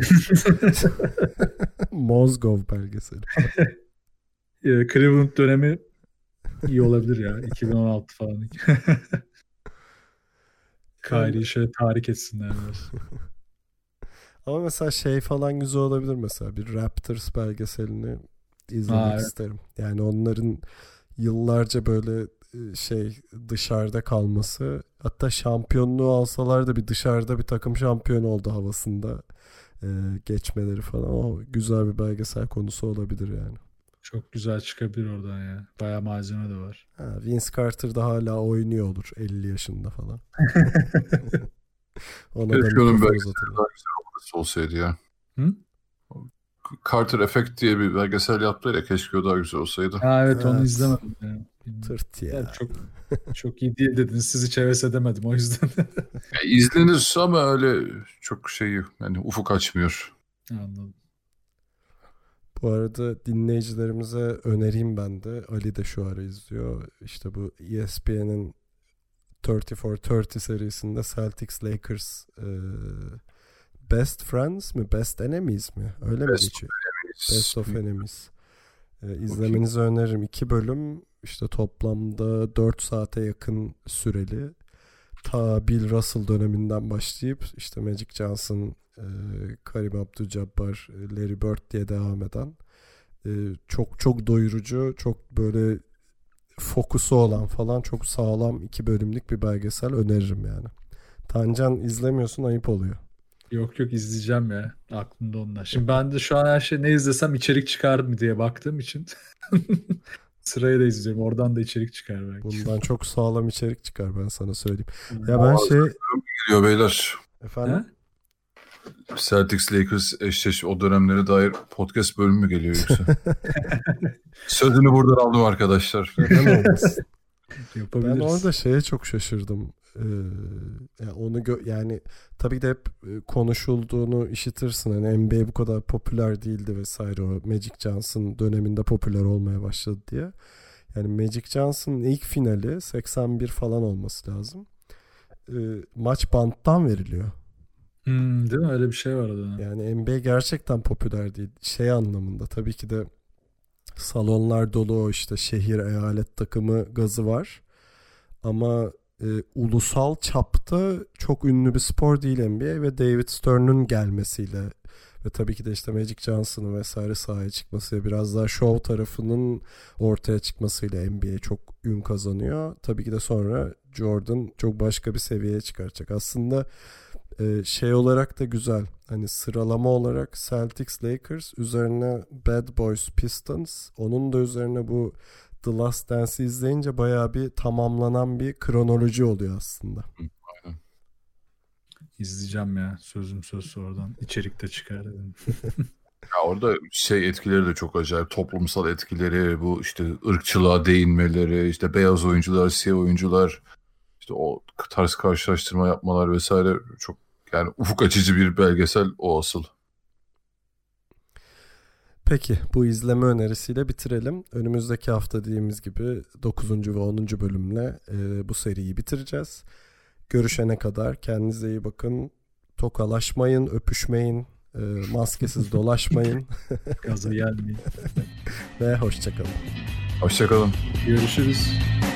Mozgov belgeseli. Cleveland dönemi iyi olabilir ya. 2016 falan. Kyrie'yi şöyle tahrik etsinler biraz. Ama mesela şey falan güzel olabilir mesela. Bir Raptors belgeselini izlemek evet. isterim. Yani onların yıllarca böyle şey dışarıda kalması, hatta şampiyonluğu alsalar da bir dışarıda bir takım şampiyon oldu havasında geçmeleri falan. O güzel bir belgesel konusu olabilir yani. Çok güzel çıkabilir oradan ya. Bayağı malzeme de var. Vince Carter da hala oynuyor olur 50 yaşında falan. Ona da Keşke onun mikrofon belgeseli uzatırlar. daha güzel olsaydı ya. Hı? Carter Effect diye bir belgesel yaptılar ya, keşke o daha güzel olsaydı. Evet, onu Evet. izlemedim. Yani. Tırt ya. Ya çok iyi değil dediniz. Sizi hiç heves edemedim o yüzden. Ya izlenir ama öyle çok yani ufuk açmıyor. Anladım. Bu arada dinleyicilerimize önereyim ben de. Ali de şu ara izliyor. İşte bu ESPN'in 34-30 serisinde Celtics Lakers Best Friends mi? Best Enemies mi? Öyle mi geçiyor? Best of Enemies. İzlemenizi öneririm. 2 bölüm işte toplamda 4 saate yakın süreli. Ta Bill Russell döneminden başlayıp işte Magic Johnson, Kareem Abdul-Jabbar, Larry Bird diye devam eden çok çok doyurucu, çok böyle fokusu olan falan çok sağlam 2 bölümlük bir belgesel öneririm yani. Tancan izlemiyorsun, ayıp oluyor. Yok izleyeceğim ya. Aklımda onlar. Şimdi ben de şu an her şey ne izlesem içerik çıkar mı diye baktığım için sırayı da izliyorum. Oradan da içerik çıkar belki. Bundan çok sağlam içerik çıkar, ben sana söyleyeyim. Ya ben Geliyor beyler. efendim. Ha? Celtics Lakers eşleş o dönemlere dair podcast bölümü mü geliyor yoksa? Sözünü buradan aldım arkadaşlar. Neden olmasın? Yapabiliriz. Ben orada şeye çok şaşırdım. Yani onu yani tabii de hep konuşulduğunu işitirsin. Hani NBA bu kadar popüler değildi vesaire, o Magic Johnson döneminde popüler olmaya başladı diye. Yani Magic Johnson'ın ilk finali 81 falan olması lazım. Maç banttan veriliyor. Değil mi? Öyle bir şey var orada. Yani NBA gerçekten popüler değil. Şey anlamında tabii ki de salonlar dolu, o işte şehir eyalet takımı gazı var. Ama ulusal çapta çok ünlü bir spor değil NBA ve David Stern'ın gelmesiyle ve tabii ki de işte Magic Johnson'ın vesaire sahaya çıkmasıyla, biraz daha show tarafının ortaya çıkmasıyla NBA çok ün kazanıyor. Tabii ki de sonra Jordan çok başka bir seviyeye çıkaracak. Aslında şey olarak da güzel. Hani sıralama olarak Celtics Lakers üzerine Bad Boys Pistons, onun da üzerine bu The Last Dance'i izleyince bayağı bir tamamlanan bir kronoloji oluyor aslında. Aynen. İzleyeceğim ya. Sözüm söz oradan. İçerik de çıkar dedim. Ya orada etkileri de çok acayip. Toplumsal etkileri, bu işte ırkçılığa değinmeleri, işte beyaz oyuncular, siyah oyuncular, işte o tarz karşılaştırma yapmalar vesaire, çok yani ufuk açıcı bir belgesel o asıl. Peki bu izleme önerisiyle bitirelim. Önümüzdeki hafta dediğimiz gibi 9. ve 10. bölümle bu seriyi bitireceğiz. Görüşene kadar kendinize iyi bakın. Tokalaşmayın, öpüşmeyin, maskesiz dolaşmayın. Gaza gelmeyin. Ve hoşçakalın. Hoşçakalın. Görüşürüz.